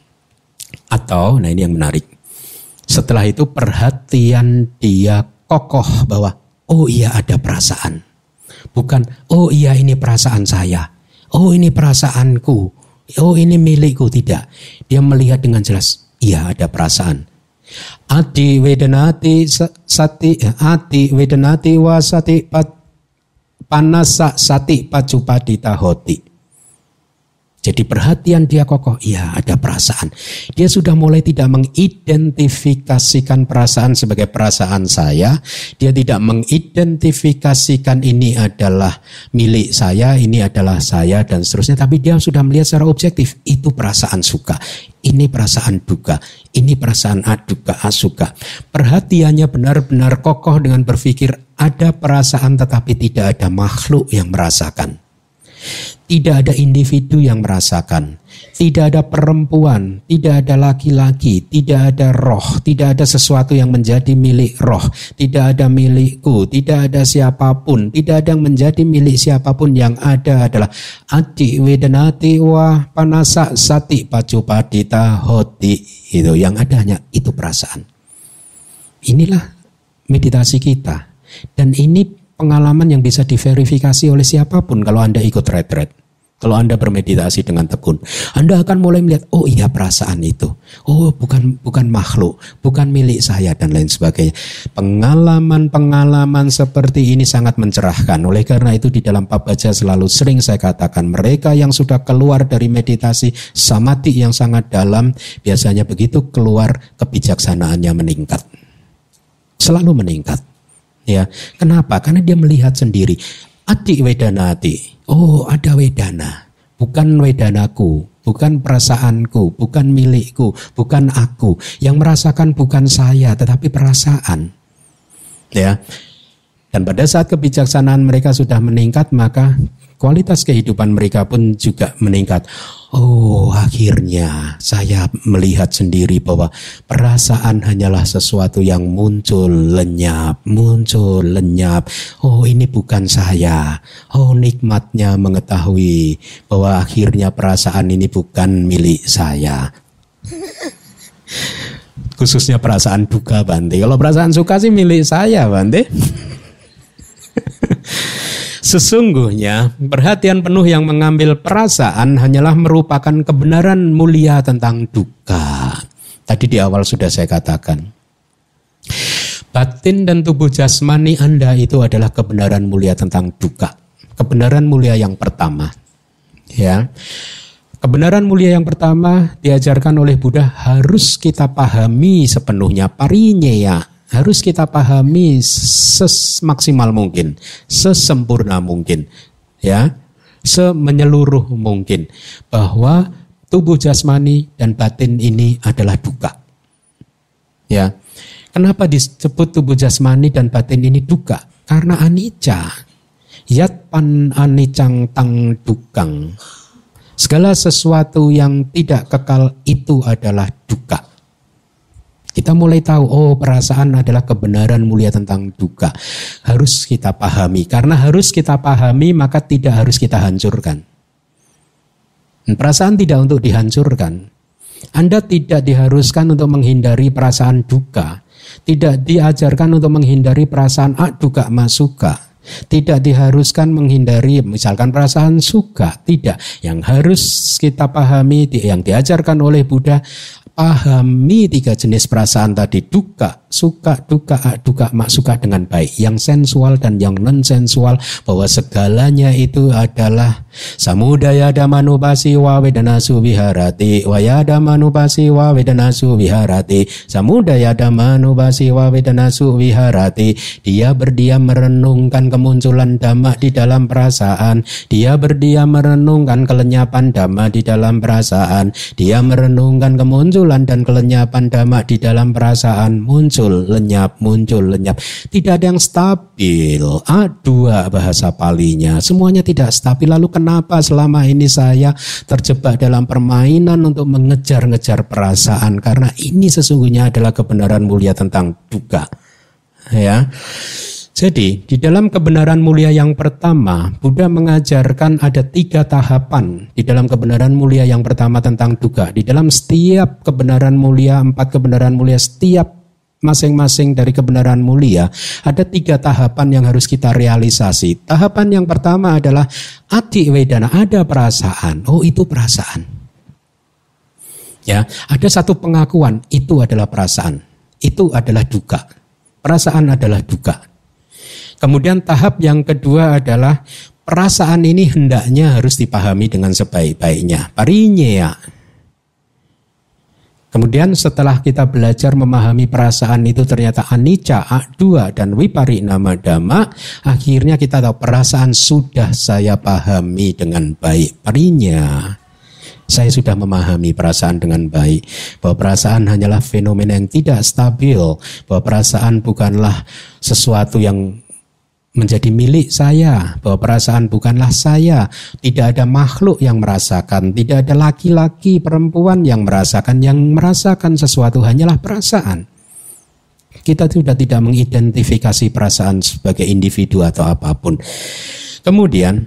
Atau, nah ini yang menarik. Setelah itu perhatian dia kokoh bahwa oh iya ada perasaan. Bukan oh iya ini perasaan saya. Oh ini perasaanku. Oh ini milikku. Tidak. Dia melihat dengan jelas. Iya ada perasaan. Ati wedanati sati ati wedanati wasati panasa sati pacupadita hoti. Jadi perhatian dia kokoh, iya ada perasaan. Dia sudah mulai tidak mengidentifikasikan perasaan sebagai perasaan saya. Dia tidak mengidentifikasikan ini adalah milik saya, ini adalah saya dan seterusnya. Tapi dia sudah melihat secara objektif, itu perasaan suka, ini perasaan duka, ini perasaan aduka, asuka. Perhatiannya benar-benar kokoh dengan berpikir ada perasaan tetapi tidak ada makhluk yang merasakan. Tidak ada individu yang merasakan, tidak ada perempuan, tidak ada laki-laki, tidak ada roh, tidak ada sesuatu yang menjadi milik roh, tidak ada milikku, tidak ada siapapun, tidak ada yang menjadi milik siapapun. Yang ada adalah ati wedanati wa panasa sati pacupadita hoti. Itu yang ada hanya itu perasaan. Inilah meditasi kita, dan ini pengalaman yang bisa diverifikasi oleh siapapun kalau Anda ikut retret. Kalau Anda bermeditasi dengan tekun, Anda akan mulai melihat, oh iya perasaan itu. Oh bukan makhluk, bukan milik saya dan lain sebagainya. Pengalaman-pengalaman seperti ini sangat mencerahkan. Oleh karena itu di dalam Pabaja selalu sering saya katakan, mereka yang sudah keluar dari meditasi samadhi yang sangat dalam, biasanya begitu keluar kebijaksanaannya meningkat. Selalu meningkat. Ya, kenapa? Karena dia melihat sendiri. Ati wedanati. Oh, ada wedana. Bukan wedanaku, bukan perasaanku, bukan milikku, bukan aku. Yang merasakan bukan saya, tetapi perasaan. Ya. Dan pada saat kebijaksanaan mereka sudah meningkat, maka kualitas kehidupan mereka pun juga meningkat. Oh, akhirnya saya melihat sendiri bahwa perasaan hanyalah sesuatu yang muncul lenyap. Oh, ini bukan saya. Oh, nikmatnya mengetahui bahwa akhirnya perasaan ini bukan milik saya. Khususnya perasaan duka, Bante. Kalau perasaan suka sih milik saya, Bante. Sesungguhnya perhatian penuh yang mengambil perasaan hanyalah merupakan kebenaran mulia tentang duka. Tadi di awal sudah saya katakan, batin dan tubuh jasmani Anda itu adalah kebenaran mulia tentang duka. Kebenaran mulia yang pertama. Ya. Kebenaran mulia yang pertama diajarkan oleh Buddha harus kita pahami sepenuhnya, parinyeya. Harus kita pahami semaksimal mungkin, sesempurna mungkin, ya, semenyeluruh mungkin, bahwa tubuh jasmani dan batin ini adalah duka. Ya, kenapa disebut tubuh jasmani dan batin ini duka? Karena anicca, yat pan anicang tang dukang. Segala sesuatu yang tidak kekal itu adalah duka. Kita mulai tahu, oh perasaan adalah kebenaran mulia tentang duka. Harus kita pahami. Karena harus kita pahami, maka tidak harus kita hancurkan. Perasaan tidak untuk dihancurkan. Anda tidak diharuskan untuk menghindari perasaan duka. Tidak diajarkan untuk menghindari perasaan duka masuka. Tidak diharuskan menghindari misalkan perasaan suka. Tidak. Yang harus kita pahami, yang diajarkan oleh Buddha, pahami 3 jenis perasaan tadi, duka, suka, duka, mak suka dengan baik, yang sensual dan yang non sensual, bahwa segalanya itu adalah samudaya damanupasi wa wedanasu viharati wa yadamanupasi wa wedanasu viharati samudaya damanupasi wa wedanasu viharati. Dia berdiam merenungkan kemunculan dhamma di dalam perasaan, dia berdiam merenungkan kelenyapan dhamma di dalam perasaan, dia merenungkan kemunculan dan kelenyapan dhamma di dalam perasaan, muncul lenyap. Tidak ada yang stabil. A2 bahasa Palinya. Semuanya tidak stabil. Lalu kenapa selama ini saya terjebak dalam permainan untuk mengejar-ngejar perasaan? Karena ini sesungguhnya adalah kebenaran mulia tentang dukkha. Ya. Jadi di dalam kebenaran mulia yang pertama, Buddha mengajarkan ada 3 tahapan di dalam kebenaran mulia yang pertama tentang dukkha. Di dalam setiap kebenaran mulia, 4 kebenaran mulia, setiap masing-masing dari kebenaran mulia ada 3 tahapan yang harus kita realisasi. Tahapan yang pertama adalah ati wedana, ada perasaan. Oh, itu perasaan. Ya, ada satu pengakuan, itu adalah perasaan. Itu adalah dukkha. Perasaan adalah dukkha. Kemudian tahap yang kedua adalah perasaan ini hendaknya harus dipahami dengan sebaik-baiknya. Parinyaya. Kemudian setelah kita belajar memahami perasaan itu ternyata anicca, A2 dan viparinama dhamma, akhirnya kita tahu perasaan sudah saya pahami dengan baik. Parinya, saya sudah memahami perasaan dengan baik, bahwa perasaan hanyalah fenomena yang tidak stabil, bahwa perasaan bukanlah sesuatu yang menjadi milik saya, bahwa perasaan bukanlah saya, tidak ada makhluk yang merasakan, tidak ada laki-laki perempuan yang merasakan sesuatu hanyalah perasaan. Kita sudah tidak mengidentifikasi perasaan sebagai individu atau apapun. Kemudian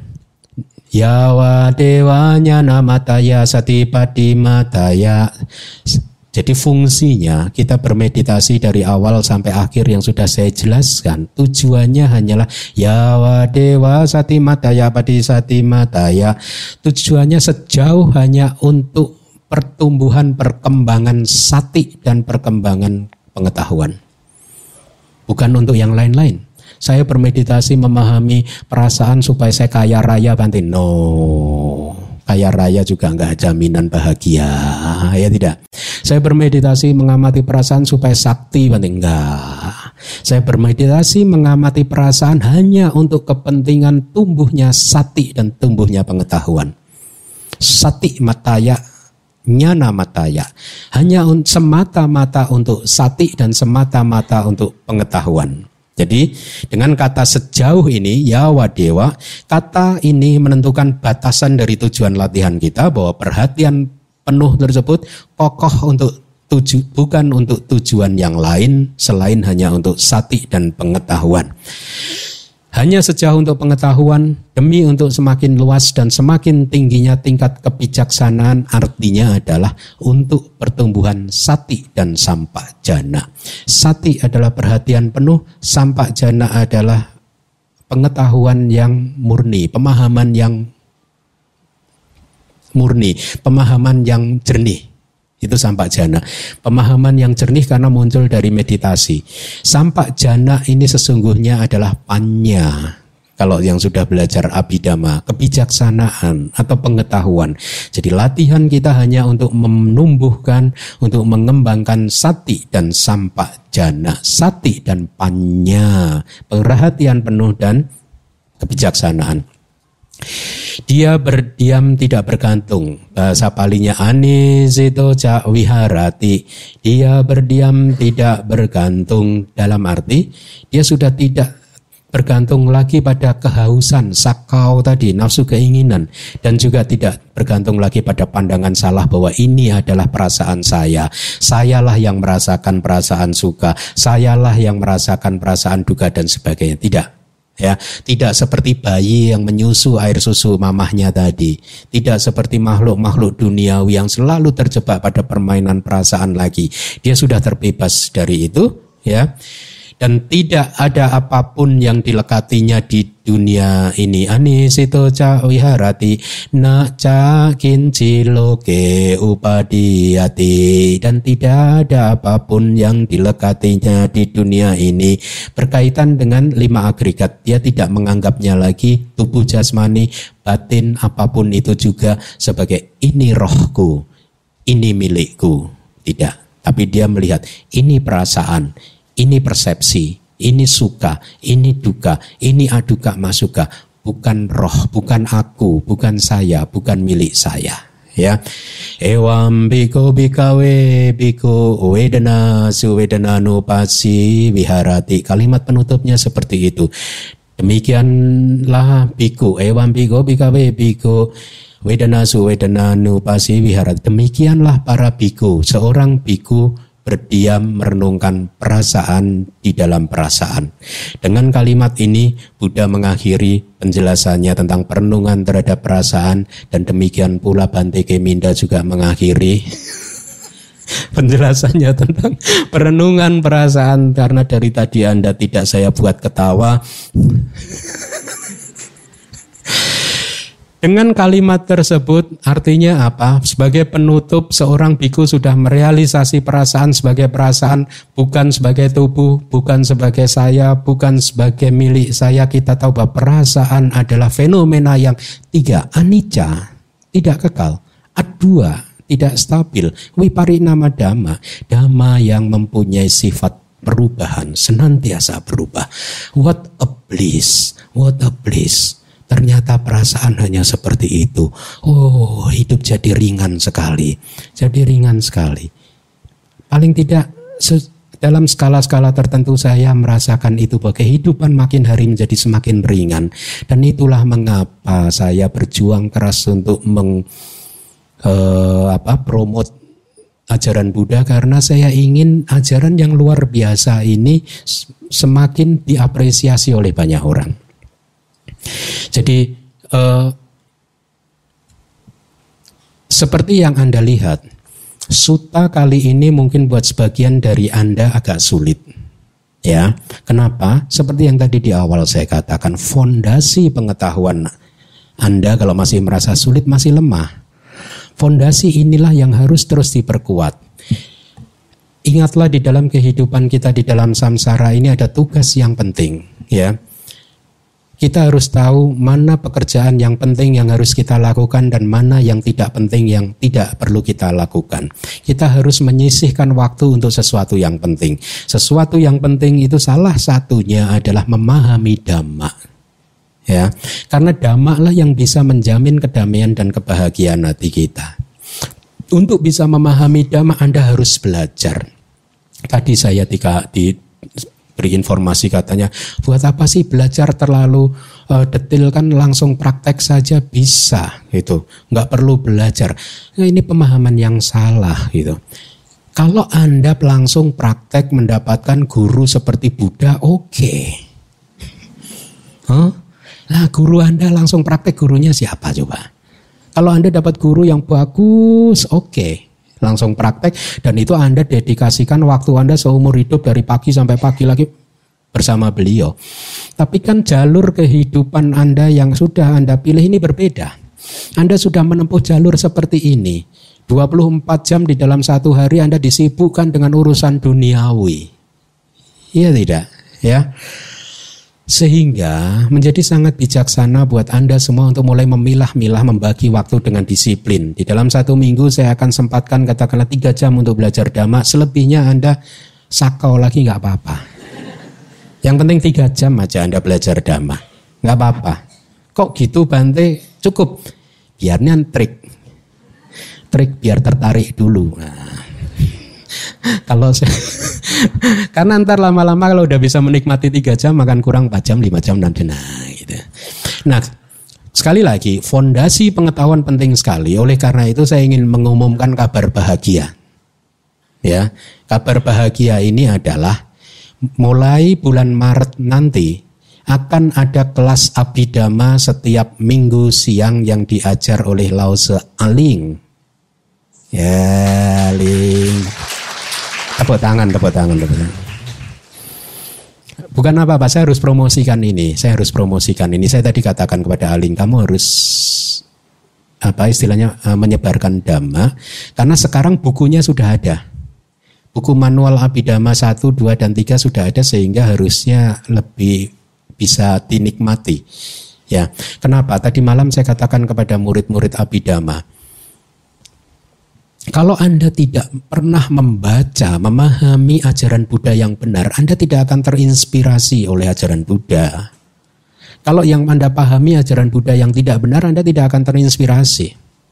yawa dewanya namataya satipadimataya. Jadi fungsinya kita bermeditasi dari awal sampai akhir yang sudah saya jelaskan. Tujuannya hanyalah yawa dewa satimataya padi satimataya. Tujuannya sejauh hanya untuk pertumbuhan, perkembangan sati dan perkembangan pengetahuan. Bukan untuk yang lain-lain. Saya bermeditasi memahami perasaan supaya saya kaya raya banti. No. Kaya raya juga enggak jaminan bahagia, ya tidak. Saya bermeditasi mengamati perasaan supaya sakti, enggak. Saya bermeditasi mengamati perasaan hanya untuk kepentingan tumbuhnya sati dan tumbuhnya pengetahuan. Sati mataya, nyana mataya, hanya semata-mata untuk sati dan semata-mata untuk pengetahuan. Jadi dengan kata sejauh ini, yawa dewa, kata ini menentukan batasan dari tujuan latihan kita, bahwa perhatian penuh tersebut kokoh untuk bukan untuk tujuan yang lain selain hanya untuk sati dan pengetahuan. Hanya sejauh untuk pengetahuan demi untuk semakin luas dan semakin tingginya tingkat kebijaksanaan, artinya adalah untuk pertumbuhan sati dan sampajana. Sati adalah perhatian penuh, sampajana adalah pengetahuan yang murni, pemahaman yang murni, pemahaman yang jernih. Itu sampajana. Pemahaman yang jernih karena muncul dari meditasi. Sampajana ini sesungguhnya adalah panya. Kalau yang sudah belajar abhidhamma, kebijaksanaan atau pengetahuan. Jadi latihan kita hanya untuk menumbuhkan, untuk mengembangkan sati dan sampajana. Sati dan panya, perhatian penuh dan kebijaksanaan. Dia berdiam tidak bergantung. Bahasa Palinya anisito ca viharati. Dia berdiam tidak bergantung, dalam arti dia sudah tidak bergantung lagi pada kehausan, sakau tadi, nafsu keinginan, dan juga tidak bergantung lagi pada pandangan salah bahwa ini adalah perasaan saya. Sayalah yang merasakan perasaan suka, sayalah yang merasakan perasaan duka dan sebagainya. Tidak. Ya, tidak seperti bayi yang menyusu air susu mamahnya tadi, tidak seperti makhluk-makhluk duniawi yang selalu terjebak pada permainan perasaan lagi. Dia sudah terbebas dari itu, ya. Dan tidak ada apapun yang dilekatinya di dunia ini. Anisito ca wiharati na ca kinci loke upadiyati. Dan tidak ada apapun yang dilekatinya di dunia ini berkaitan dengan 5 agregat. Dia tidak menganggapnya lagi tubuh jasmani, batin, apapun itu juga sebagai ini rohku, ini milikku. Tidak. Tapi dia melihat ini perasaan, ini persepsi, ini suka, ini duka, ini aduka masuka, bukan roh, bukan aku, bukan saya, bukan milik saya. Ya, ewam biko bikawe biko wedana suwedana nupasi wiharati. Kalimat penutupnya seperti itu. Demikianlah biku, ewam biko bikawe biko wedana suwedana nupasi wiharati. Demikianlah para biku, seorang biku berdiam merenungkan perasaan di dalam perasaan. Dengan kalimat ini Buddha mengakhiri penjelasannya tentang perenungan terhadap perasaan, dan demikian pula Bante Keminda juga mengakhiri penjelasannya tentang perenungan perasaan. Karena dari tadi Anda tidak saya buat ketawa. Dengan kalimat tersebut artinya apa? Sebagai penutup, seorang biku sudah merealisasi perasaan sebagai perasaan, bukan sebagai tubuh, bukan sebagai saya, bukan sebagai milik saya. Kita tahu bahwa perasaan adalah fenomena yang 3, anicca, tidak kekal, adua, tidak stabil, viparinama dhamma, dhamma yang mempunyai sifat perubahan, senantiasa berubah. What a bliss, what a bliss. Ternyata perasaan hanya seperti itu. Oh, hidup jadi ringan sekali. Jadi ringan sekali. Paling tidak dalam skala-skala tertentu saya merasakan itu, bahwa kehidupan makin hari menjadi semakin ringan. Dan itulah mengapa saya berjuang keras untuk promote ajaran Buddha, karena saya ingin ajaran yang luar biasa ini semakin diapresiasi oleh banyak orang. Jadi seperti yang Anda lihat, sutta kali ini mungkin buat sebagian dari Anda agak sulit. Ya, kenapa? Seperti yang tadi di awal saya katakan, fondasi pengetahuan Anda kalau masih merasa sulit, masih lemah. Fondasi inilah yang harus terus diperkuat. Ingatlah, di dalam kehidupan kita di dalam samsara ini ada tugas yang penting, ya. Kita harus tahu mana pekerjaan yang penting yang harus kita lakukan dan mana yang tidak penting yang tidak perlu kita lakukan. Kita harus menyisihkan waktu untuk sesuatu yang penting. Sesuatu yang penting itu salah satunya adalah memahami Dhamma. Ya, karena Dhamma lah yang bisa menjamin kedamaian dan kebahagiaan hati kita. Untuk bisa memahami Dhamma, Anda harus belajar. Tadi saya beri informasi katanya, buat apa sih belajar terlalu detail, kan langsung praktek saja bisa gitu, nggak perlu belajar. Nah, ini pemahaman yang salah gitu. Kalau Anda langsung praktek mendapatkan guru seperti Buddha, oke. Nah, guru Anda langsung praktek, gurunya siapa coba? Kalau Anda dapat guru yang bagus, oke. Langsung praktek, dan itu Anda dedikasikan waktu Anda seumur hidup dari pagi sampai pagi lagi bersama beliau. Tapi kan jalur kehidupan Anda yang sudah Anda pilih ini berbeda. Anda sudah menempuh jalur seperti ini. 24 jam di dalam satu hari Anda disibukkan dengan urusan duniawi. Iya tidak? Ya. Sehingga menjadi sangat bijaksana buat Anda semua untuk mulai memilah-milah, membagi waktu dengan disiplin. Di dalam satu minggu saya akan sempatkan katakanlah 3 jam untuk belajar Dhamma. Selebihnya Anda sakau lagi gak apa-apa. Yang penting 3 jam aja Anda belajar Dhamma, gak apa-apa. Kok gitu Bante? Cukup. Biarnya trik biar tertarik dulu. Nah. Kalau karena ntar lama-lama kalau udah bisa menikmati 3 jam akan kurang 4 jam, 5 jam dan gitu. Nah, sekali lagi fondasi pengetahuan penting sekali. Oleh karena itu saya ingin mengumumkan kabar bahagia. Ya, kabar bahagia ini adalah mulai bulan Maret nanti akan ada kelas Abhidhamma setiap minggu siang yang diajar oleh Lao Tse Aling. Ya, Ling. Tepuk tangan. Bukan apa-apa, saya harus promosikan ini. Saya tadi katakan kepada Aling, kamu harus menyebarkan Dhamma, karena sekarang bukunya sudah ada. Buku manual Abhidhamma 1, 2, dan 3 sudah ada, sehingga harusnya lebih bisa dinikmati. Ya, kenapa? Tadi malam saya katakan kepada murid-murid Abhidhamma, kalau Anda tidak pernah membaca, memahami ajaran Buddha yang benar, Anda tidak akan terinspirasi oleh ajaran Buddha. Kalau yang Anda pahami ajaran Buddha yang tidak benar, Anda tidak akan terinspirasi.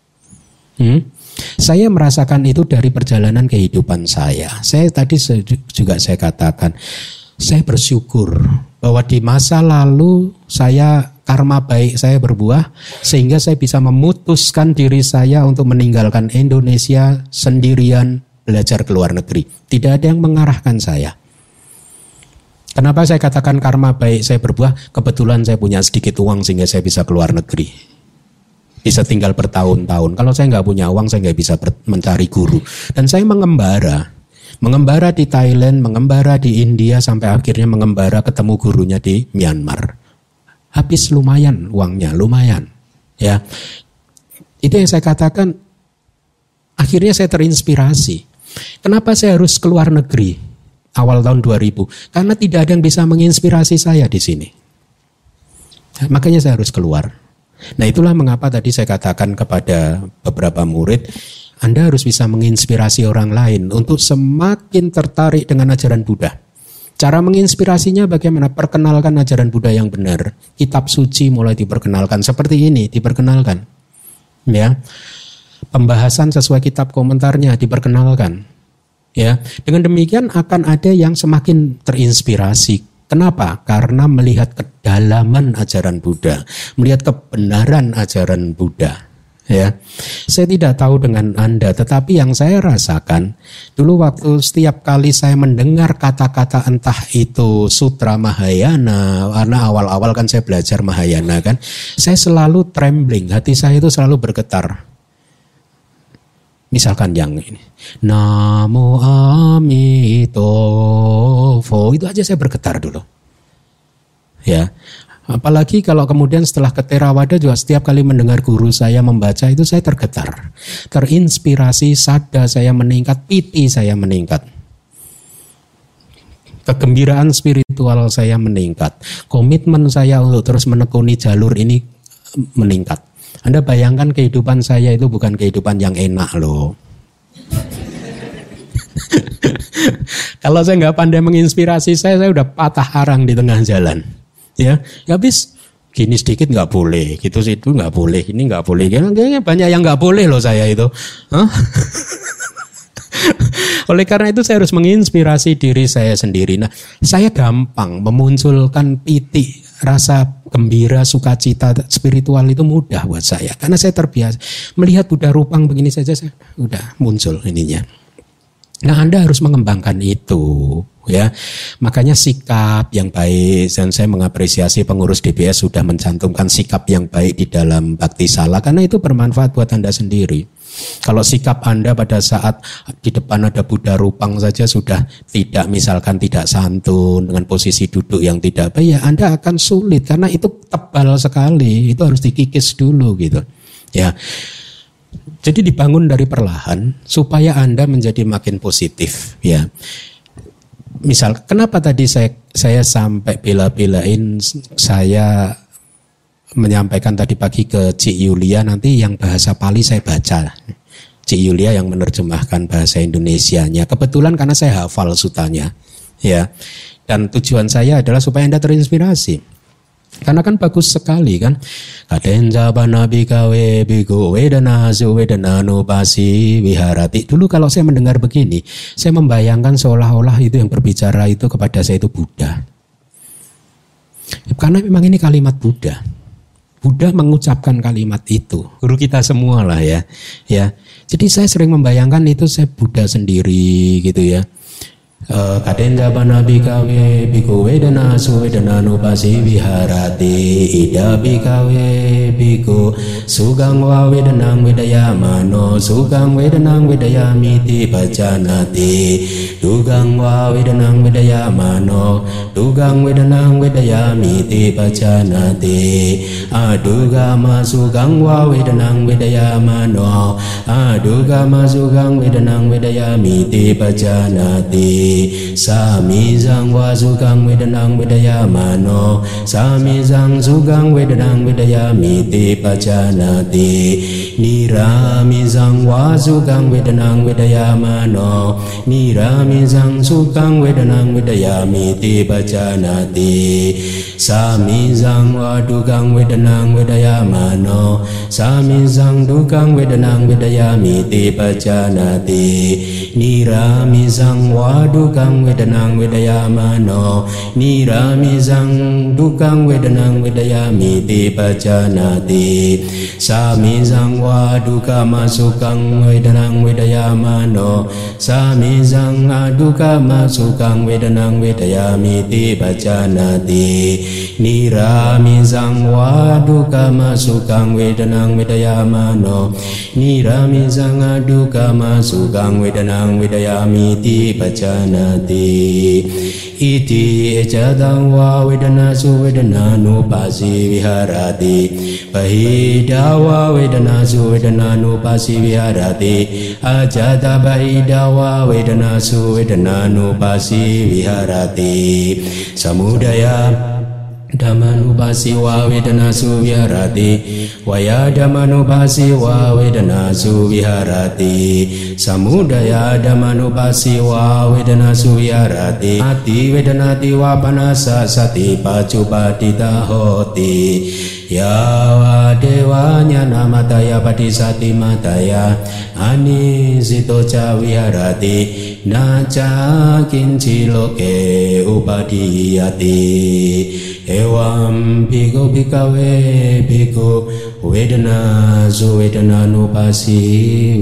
Saya merasakan itu dari perjalanan kehidupan saya. Saya katakan, saya bersyukur bahwa di masa lalu karma baik saya berbuah, sehingga saya bisa memutuskan diri saya untuk meninggalkan Indonesia sendirian, belajar ke luar negeri. Tidak ada yang mengarahkan saya. Kenapa saya katakan karma baik saya berbuah? Kebetulan saya punya sedikit uang sehingga saya bisa ke luar negeri, bisa tinggal bertahun-tahun. Kalau saya nggak punya uang, saya nggak bisa mencari guru. Dan saya mengembara di Thailand, mengembara di India, sampai akhirnya mengembara ketemu gurunya di Myanmar. Habis lumayan uangnya, lumayan. Ya, itu yang saya katakan. Akhirnya saya terinspirasi. Kenapa saya harus keluar negeri awal tahun 2000? Karena tidak ada yang bisa menginspirasi saya di sini. Makanya saya harus keluar. Nah, itulah mengapa tadi saya katakan kepada beberapa murid, Anda harus bisa menginspirasi orang lain untuk semakin tertarik dengan ajaran Buddha. Cara menginspirasinya bagaimana? Perkenalkan ajaran Buddha yang benar. Kitab suci mulai diperkenalkan. Seperti ini diperkenalkan. Ya. Pembahasan sesuai kitab komentarnya diperkenalkan. Ya. Dengan demikian akan ada yang semakin terinspirasi. Kenapa? Karena melihat kedalaman ajaran Buddha, melihat kebenaran ajaran Buddha. Ya, saya tidak tahu dengan Anda, tetapi yang saya rasakan dulu waktu setiap kali saya mendengar kata-kata entah itu sutra Mahayana, karena awal-awal kan saya belajar Mahayana kan, saya selalu trembling, hati saya itu selalu bergetar. Misalkan yang ini, Namo Amitofo, itu aja saya bergetar dulu. Ya. Apalagi kalau kemudian setelah ke Theravada juga setiap kali mendengar guru saya membaca itu saya tergetar. Terinspirasi, sadar saya meningkat, piti saya meningkat. Kegembiraan spiritual saya meningkat. Komitmen saya untuk terus menekuni jalur ini meningkat. Anda bayangkan kehidupan saya itu bukan kehidupan yang enak loh. Kalau saya nggak pandai menginspirasi saya udah patah arang di tengah jalan. Ya, habis gini sedikit nggak boleh, gitu situ nggak boleh, ini nggak boleh. Kayaknya banyak yang nggak boleh loh saya itu. Oleh karena itu saya harus menginspirasi diri saya sendiri. Nah, saya gampang memunculkan piti, rasa gembira, sukacita spiritual itu mudah buat saya. Karena saya terbiasa melihat Buddha Rupang begini saja, saya udah muncul ininya. Nah, Anda harus mengembangkan itu, ya. Makanya sikap yang baik, dan saya mengapresiasi pengurus DBS sudah mencantumkan sikap yang baik di dalam Bhakti Sala, karena itu bermanfaat buat Anda sendiri. Kalau sikap Anda pada saat di depan ada Buddha Rupang saja sudah tidak, misalkan tidak santun, dengan posisi duduk yang tidak baik, ya Anda akan sulit, karena itu tebal sekali, itu harus dikikis dulu gitu, ya. Jadi dibangun dari perlahan supaya Anda menjadi makin positif, ya. Misal, kenapa tadi saya sampai bela-belain saya menyampaikan tadi pagi ke Cik Yulia, nanti yang bahasa Pali saya baca. Cik Yulia yang menerjemahkan bahasa Indonesianya. Kebetulan karena saya hafal sutanya, ya. Dan tujuan saya adalah supaya Anda terinspirasi. Karena kan bagus sekali kan. Kadenja banabi kawe bigo wedana hasu wedana nubasi wiharati. Dulu kalau saya mendengar begini, saya membayangkan seolah-olah itu yang berbicara itu kepada saya itu Buddha. Karena memang ini kalimat Buddha. Buddha mengucapkan kalimat itu. Guru kita semua lah ya. Ya. Jadi saya sering membayangkan itu saya Buddha sendiri gitu ya. Kadenda bana bikawe biku wedana su wedana nupasi viharati ida bikawe biku sugang wa wedanang wedayamano sugang wedanang wedayamiti pajanati dugang wa wedanang wedayamano dugang wedanang wedayamiti pajanati aduga masugang wa wedanang wedayamano aduga masugang wedanang wedayamiti pajanati Sami zang wa sugang wedanang wedayamano Sami zang sugang wedanang wedayamiti pajanati Nirami zang wa sugang wedanang wedayamano Nirami zang sugang wedanang wedayamiti pajanati Sami zang wa dugang wedanang wedayamano Sami zang dugang wedanang wedayamiti pajanati Nirami zang wa dugang wedanang wedayamano Nirami zang dugang wedanang wedayamiti pajanati Sami zang wa duga masukang wedanang wedayamano Sami zang aduga masukang wedanang wedayamiti pajanati Nirami zang wa duga masukang wedanang wedayamano Nirami zang aduga masukang wedanang wedayamiti pajanati iti ejadang wa wedana su wedana nupasi viharati bahida wa wedana su wedana nupasi viharati ajada bahida wa wedana su wedana nupasi viharati samudaya Dhamanupasi wa vedana su viharati Waya dhamanupasi wa vedana su viharati Samudaya dhamanupasi wa vedana su viharati Ati vedanati wa panasa sati pacupatita hoti Ya dewanya namataya padisati mataya Anisito ca viharati Naca kinciloke upadiyati Ewam bhikkhu bhikkhave bhikkhu vedana su vedana nupasi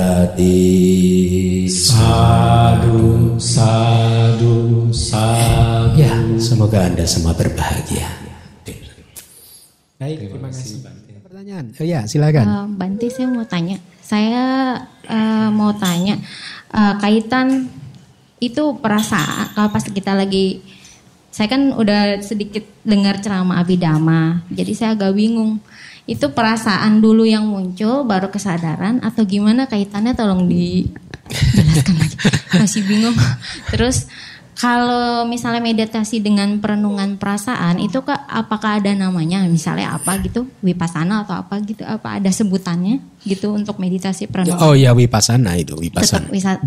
viharati. Sadhu, sadhu, sadhu. Ya, semoga Anda semua berbahagia. Baik, terima kasih Bante. Pertanyaan? Oh ya, silakan. Bante, saya mau tanya. Mau tanya kaitan itu perasaan kalau pas kita lagi, saya kan udah sedikit dengar ceramah Abhidhamma, jadi saya agak bingung. Itu perasaan dulu yang muncul baru kesadaran atau gimana kaitannya, tolong dijelaskan lagi. Masih bingung. Terus kalau misalnya meditasi dengan perenungan perasaan itu apakah ada namanya, misalnya apa gitu, Vipassana atau apa gitu, apa ada sebutannya gitu untuk meditasi perenungan? Oh ya, Vipassana itu, Vipassana.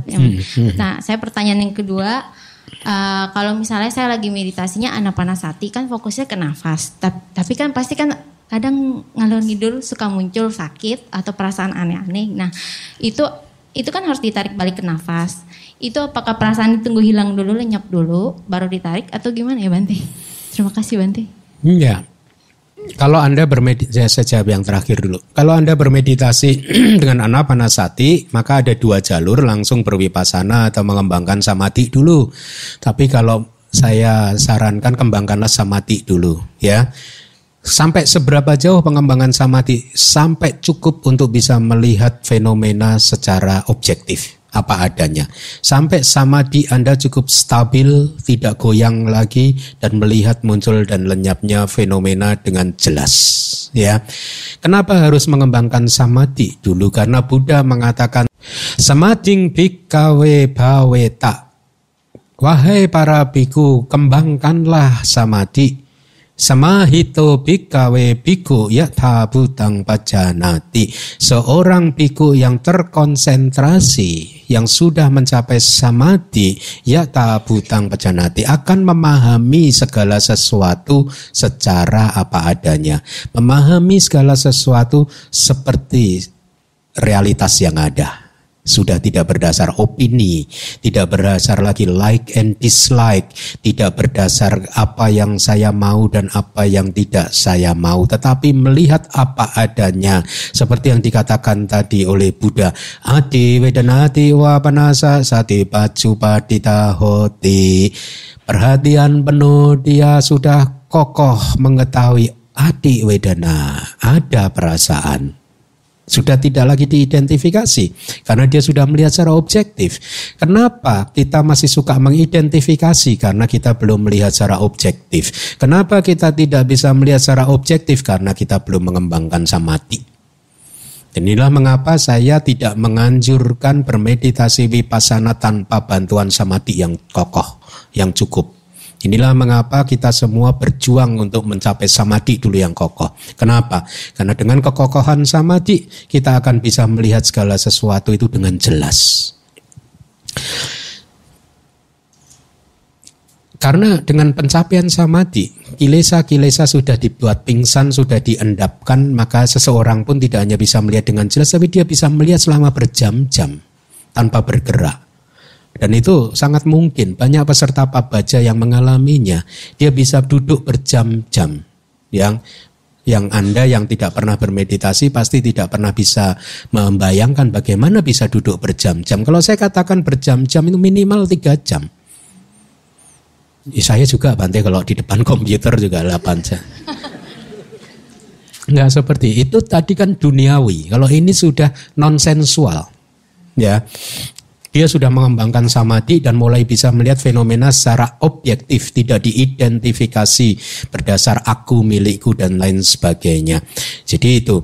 Nah, saya pertanyaan yang kedua, kalau misalnya saya lagi meditasinya Anapanasati kan fokusnya ke nafas, tapi kan pasti kan kadang ngalor ngidul suka muncul sakit atau perasaan aneh-aneh. Nah, itu kan harus ditarik balik ke nafas. Itu apakah perasaan ditunggu hilang dulu, lenyap dulu, baru ditarik atau gimana ya Bante? Terima kasih Bante. Ya, kalau Anda bermeditasi, saya jawab yang terakhir dulu. Kalau Anda bermeditasi dengan Anapanasati, maka ada dua jalur, langsung bervipassana atau mengembangkan samadhi dulu. Tapi kalau saya sarankan kembangkanlah samadhi dulu, ya. Sampai seberapa jauh pengembangan samadhi? Sampai cukup untuk bisa melihat fenomena secara objektif, apa adanya. Sampai samadhi Anda cukup stabil, tidak goyang lagi, dan melihat muncul dan lenyapnya fenomena dengan jelas. Ya, kenapa harus mengembangkan samadhi dulu? Karena Buddha mengatakan, samadhing bhikkhave bhaveta. Wahai para bhikkhu, kembangkanlah samadhi. Samahito bhikkhave bhikkhu yatha bhutang pajanati. Seorang bhikkhu yang terkonsentrasi, yang sudah mencapai samadhi, yatha bhutang pajanati, akan memahami segala sesuatu secara apa adanya. Memahami segala sesuatu seperti realitas yang ada. Sudah tidak berdasar opini, tidak berdasar lagi like and dislike, tidak berdasar apa yang saya mau dan apa yang tidak saya mau, tetapi melihat apa adanya. Seperti yang dikatakan tadi oleh Buddha, ati wedanati wa panasa sati pacu padita hoti. Perhatian penuh, dia sudah kokoh mengetahui ati wedana, ada perasaan. Sudah tidak lagi diidentifikasi karena dia sudah melihat secara objektif. Kenapa kita masih suka mengidentifikasi? Karena kita belum melihat secara objektif. Kenapa kita tidak bisa melihat secara objektif? Karena kita belum mengembangkan samadhi. Inilah mengapa saya tidak menganjurkan bermeditasi vipassana tanpa bantuan samadhi yang kokoh, yang cukup. Inilah mengapa kita semua berjuang untuk mencapai samadhi dulu yang kokoh. Kenapa? Karena dengan kekokohan samadhi kita akan bisa melihat segala sesuatu itu dengan jelas. Karena dengan pencapaian samadhi, kilesa-kilesa sudah dibuat pingsan, sudah diendapkan, maka seseorang pun tidak hanya bisa melihat dengan jelas, tapi dia bisa melihat selama berjam-jam tanpa bergerak. Dan itu sangat mungkin, banyak peserta pabaja yang mengalaminya. Dia bisa duduk berjam-jam. Yang Anda yang tidak pernah bermeditasi pasti tidak pernah bisa membayangkan bagaimana bisa duduk berjam-jam. Kalau saya katakan berjam-jam itu minimal 3 jam. Saya juga Bante kalau di depan komputer juga 8 jam. Enggak seperti itu, tadi kan duniawi. Kalau ini sudah non-sensual. Ya. Dia sudah mengembangkan samadhi dan mulai bisa melihat fenomena secara objektif, tidak diidentifikasi berdasar aku, milikku dan lain sebagainya. Jadi itu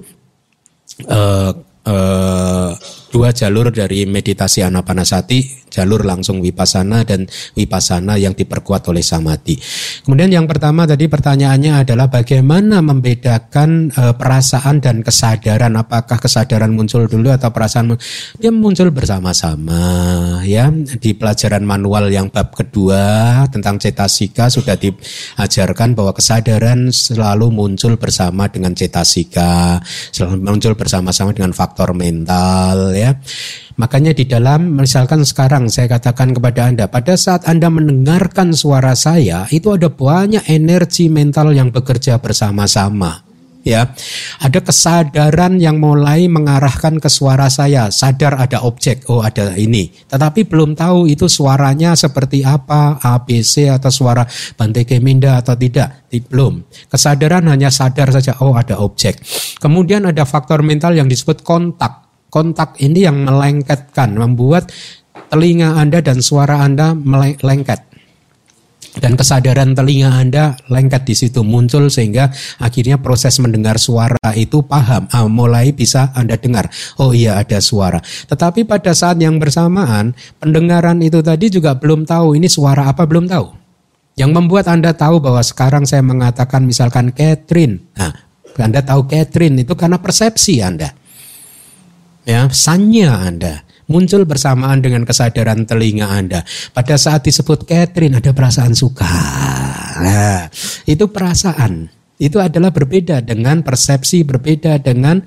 2 jalur dari meditasi anapanasati, jalur langsung vipassana dan vipassana yang diperkuat oleh samadhi. Kemudian yang pertama tadi pertanyaannya adalah bagaimana membedakan perasaan dan kesadaran. Apakah kesadaran muncul dulu atau perasaan dia muncul bersama-sama ya. Di pelajaran manual yang bab kedua tentang cetasika sudah diajarkan bahwa kesadaran selalu muncul bersama dengan cetasika, selalu muncul bersama-sama dengan faktor mental ya. Makanya di dalam misalkan sekarang saya katakan kepada Anda, pada saat Anda mendengarkan suara saya itu ada banyak energi mental yang bekerja bersama-sama. Ya, ada kesadaran yang mulai mengarahkan ke suara saya. Sadar ada objek, oh ada ini. Tetapi belum tahu itu suaranya seperti apa, ABC atau suara Bante Keminda atau tidak. Belum. Kesadaran hanya sadar saja, oh ada objek. Kemudian ada faktor mental yang disebut kontak. Kontak ini yang melengketkan, membuat telinga Anda dan suara Anda lengket. Dan kesadaran telinga Anda lengket di situ muncul sehingga akhirnya proses mendengar suara itu paham, mulai bisa Anda dengar. Oh iya ada suara. Tetapi pada saat yang bersamaan pendengaran itu tadi juga belum tahu ini suara apa, belum tahu. Yang membuat Anda tahu bahwa sekarang saya mengatakan misalkan Catherine. Nah, Anda tahu Catherine itu karena persepsi Anda. Ya, sanya Anda muncul bersamaan dengan kesadaran telinga Anda. Pada saat disebut Catherine ada perasaan suka. Nah, itu perasaan. Itu adalah berbeda dengan persepsi, berbeda dengan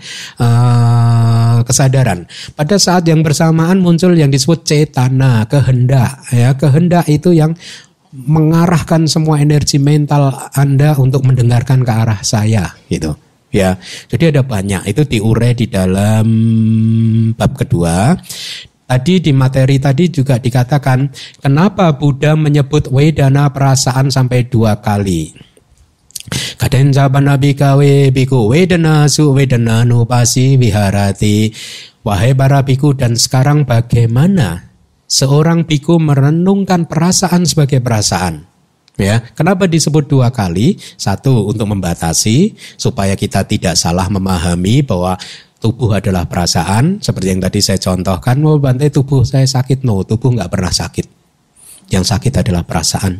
kesadaran. Pada saat yang bersamaan muncul yang disebut cetana, kehendak. Ya, kehendak itu yang mengarahkan semua energi mental Anda untuk mendengarkan ke arah saya, gitu. Ya, jadi ada banyak, itu diurai di dalam bab kedua. Tadi di materi tadi juga dikatakan kenapa Buddha menyebut wedana perasaan sampai 2 kali. Kadenca panabikawe biku wedana su wedana nupasi viharati. Wahai para biku, dan sekarang bagaimana seorang biku merenungkan perasaan sebagai perasaan? Ya, kenapa disebut 2 kali? 1 untuk membatasi supaya kita tidak salah memahami bahwa tubuh adalah perasaan. Seperti yang tadi saya contohkan, mau Bante tubuh saya sakit, no, tubuh nggak pernah sakit. Yang sakit adalah perasaan.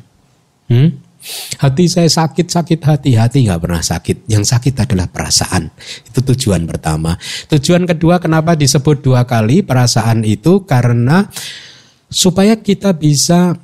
Hati saya sakit hati nggak pernah sakit. Yang sakit adalah perasaan. Itu tujuan pertama. Tujuan kedua kenapa disebut 2 kali perasaan itu karena supaya kita bisa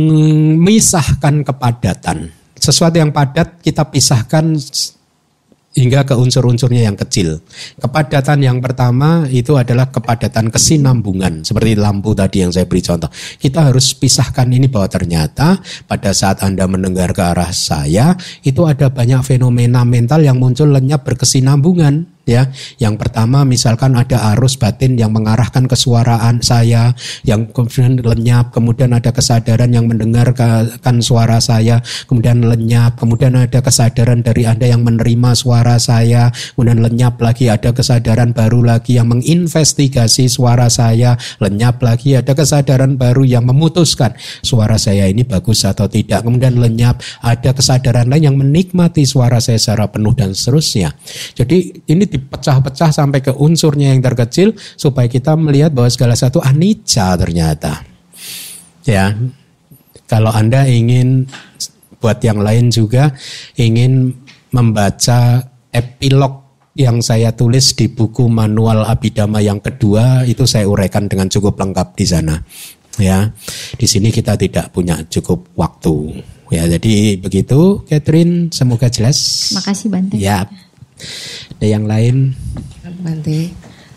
memisahkan kepadatan. Sesuatu yang padat kita pisahkan hingga ke unsur-unsurnya yang kecil. Kepadatan yang pertama itu adalah kepadatan kesinambungan. Seperti lampu tadi yang saya beri contoh. Kita harus pisahkan ini bahwa ternyata pada saat Anda mendengar ke arah saya, itu ada banyak fenomena mental yang muncul lenyap berkesinambungan. Ya, yang pertama misalkan ada arus batin yang mengarahkan kesuaraan saya, yang kemudian lenyap, kemudian ada kesadaran yang mendengarkan suara saya, kemudian lenyap, kemudian ada kesadaran dari Anda yang menerima suara saya, kemudian lenyap lagi, ada kesadaran baru lagi yang menginvestigasi suara saya, lenyap lagi, ada kesadaran baru yang memutuskan suara saya ini bagus atau tidak, kemudian lenyap, ada kesadaran lain yang menikmati suara saya secara penuh dan seterusnya. Jadi ini dipecah-pecah sampai ke unsurnya yang terkecil supaya kita melihat bahwa segala satu anicca ternyata. Ya, kalau Anda ingin buat yang lain juga ingin membaca epilog yang saya tulis di buku Manual Abhidhamma yang kedua, itu saya uraikan dengan cukup lengkap di sana. Ya, di sini kita tidak punya cukup waktu. Ya, jadi begitu, Catherine, semoga jelas. Makasih Bante. Ya. Ada yang lain? Bante,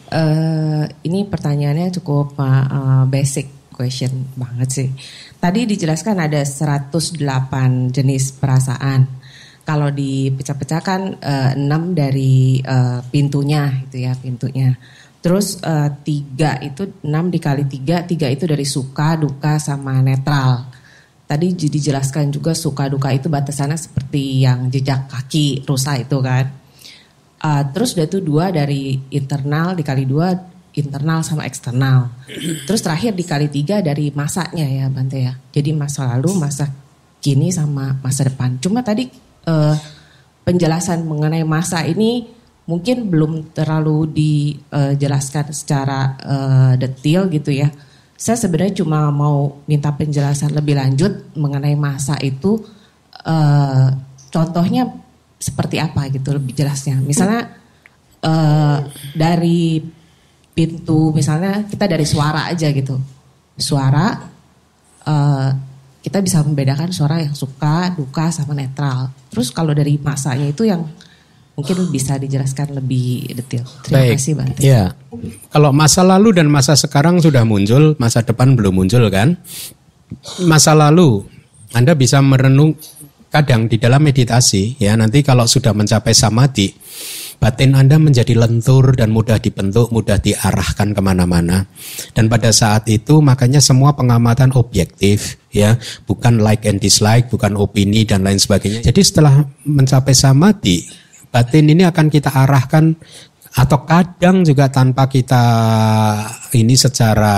ini pertanyaannya cukup basic question banget sih. Tadi dijelaskan ada 108 jenis perasaan. Kalau dipecah-pecahkan 6 dari pintunya gitu ya, pintunya. Terus 3 itu 6 dikali 3 itu dari suka, duka sama netral. Tadi dijelaskan juga suka duka itu batasannya seperti yang jejak kaki rusa itu kan. Terus udah itu 2 dari internal dikali 2 internal sama eksternal. Terus terakhir dikali 3 dari masanya ya Bante ya. Jadi masa lalu, masa kini sama masa depan. Cuma tadi penjelasan mengenai masa ini mungkin belum terlalu dijelaskan secara detail gitu ya. Saya sebenarnya cuma mau minta penjelasan lebih lanjut mengenai masa itu. Contohnya seperti apa gitu lebih jelasnya. Misalnya dari pintu, misalnya kita dari suara aja gitu. Suara kita bisa membedakan suara yang suka, duka sama netral. Terus kalau dari masanya itu yang mungkin bisa dijelaskan lebih detail. Terima kasih Bante. Ya. Kalau masa lalu dan masa sekarang sudah muncul, masa depan belum muncul kan? Masa lalu Anda bisa merenung kadang di dalam meditasi ya, nanti kalau sudah mencapai samadhi, batin Anda menjadi lentur dan mudah dibentuk, mudah diarahkan kemana-mana. Dan pada saat itu makanya semua pengamatan objektif ya, bukan like and dislike, bukan opini dan lain sebagainya. Jadi setelah mencapai samadhi, batin ini akan kita arahkan, atau kadang juga tanpa kita ini secara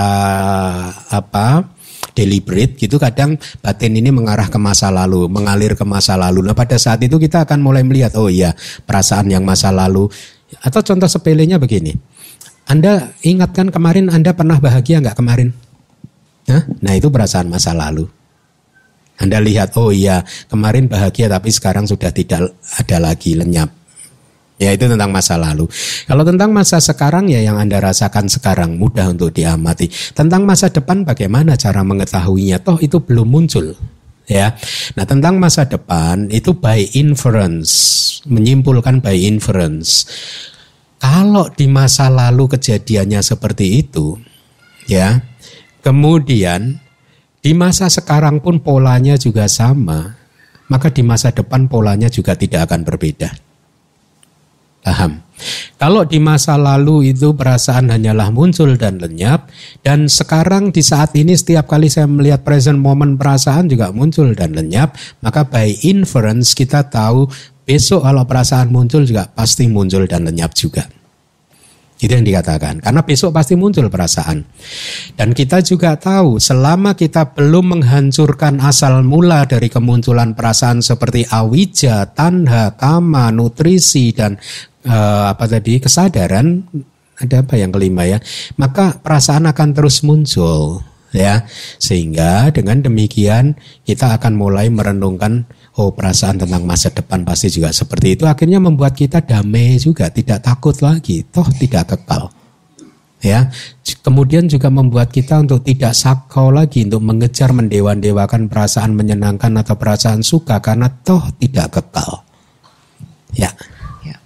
deliberate gitu, kadang batin ini mengarah ke masa lalu, mengalir ke masa lalu. Nah pada saat itu kita akan mulai melihat, oh iya perasaan yang masa lalu. Atau contoh sepelenya begini, Anda ingatkan kemarin Anda pernah bahagia nggak kemarin? Nah itu perasaan masa lalu. Anda lihat, oh iya kemarin bahagia tapi sekarang sudah tidak ada lagi, lenyap. Ya itu tentang masa lalu. Kalau tentang masa sekarang ya yang Anda rasakan sekarang mudah untuk diamati. Tentang masa depan bagaimana cara mengetahuinya? Toh itu belum muncul. Ya. Nah tentang masa depan itu by inference, menyimpulkan by inference. Kalau di masa lalu kejadiannya seperti itu, ya, kemudian di masa sekarang pun polanya juga sama, maka di masa depan polanya juga tidak akan berbeda. Paham? Kalau di masa lalu itu perasaan hanyalah muncul dan lenyap, dan sekarang di saat ini setiap kali saya melihat present moment perasaan juga muncul dan lenyap, maka by inference kita tahu besok kalau perasaan muncul juga pasti muncul dan lenyap juga. Itu yang dikatakan, karena besok pasti muncul perasaan. Dan kita juga tahu selama kita belum menghancurkan asal mula dari kemunculan perasaan seperti awija, tanha, kama, nutrisi dan kesadaran, ada apa yang kelima ya, maka perasaan akan terus muncul ya, sehingga dengan demikian kita akan mulai merenungkan, oh perasaan tentang masa depan pasti juga seperti itu, akhirnya membuat kita damai juga, tidak takut lagi, toh tidak kekal ya. Kemudian juga membuat kita untuk tidak sakau lagi untuk mengejar mendewa-dewakan perasaan menyenangkan atau perasaan suka, karena toh tidak kekal ya.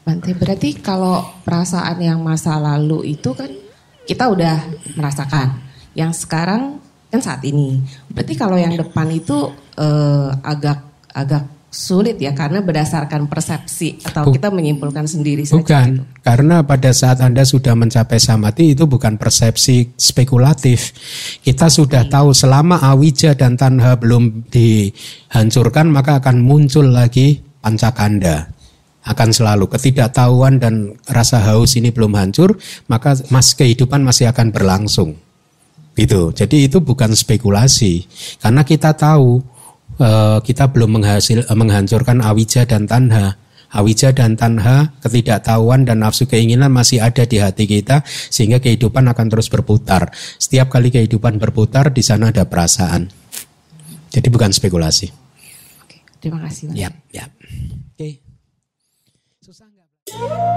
Bante, berarti kalau perasaan yang masa lalu itu kan kita udah merasakan. Yang sekarang kan saat ini. Berarti kalau yang depan itu agak sulit ya, karena berdasarkan persepsi atau kita menyimpulkan sendiri saja. Bukan, gitu. Karena pada saat Anda sudah mencapai samadhi itu bukan persepsi spekulatif. Kita sudah tahu selama awija dan tanha belum dihancurkan, maka akan muncul lagi pancakanda. Akan selalu ketidaktahuan dan rasa haus ini belum hancur, maka kehidupan masih akan berlangsung. Gitu. Jadi itu bukan spekulasi. Karena kita tahu kita belum menghancurkan awija dan tanha. Awija dan tanha, ketidaktahuan dan nafsu keinginan masih ada di hati kita, sehingga kehidupan akan terus berputar. Setiap kali kehidupan berputar, di sana ada perasaan. Jadi bukan spekulasi. Oke, terima kasih. Yap. Oke. Susah nggak?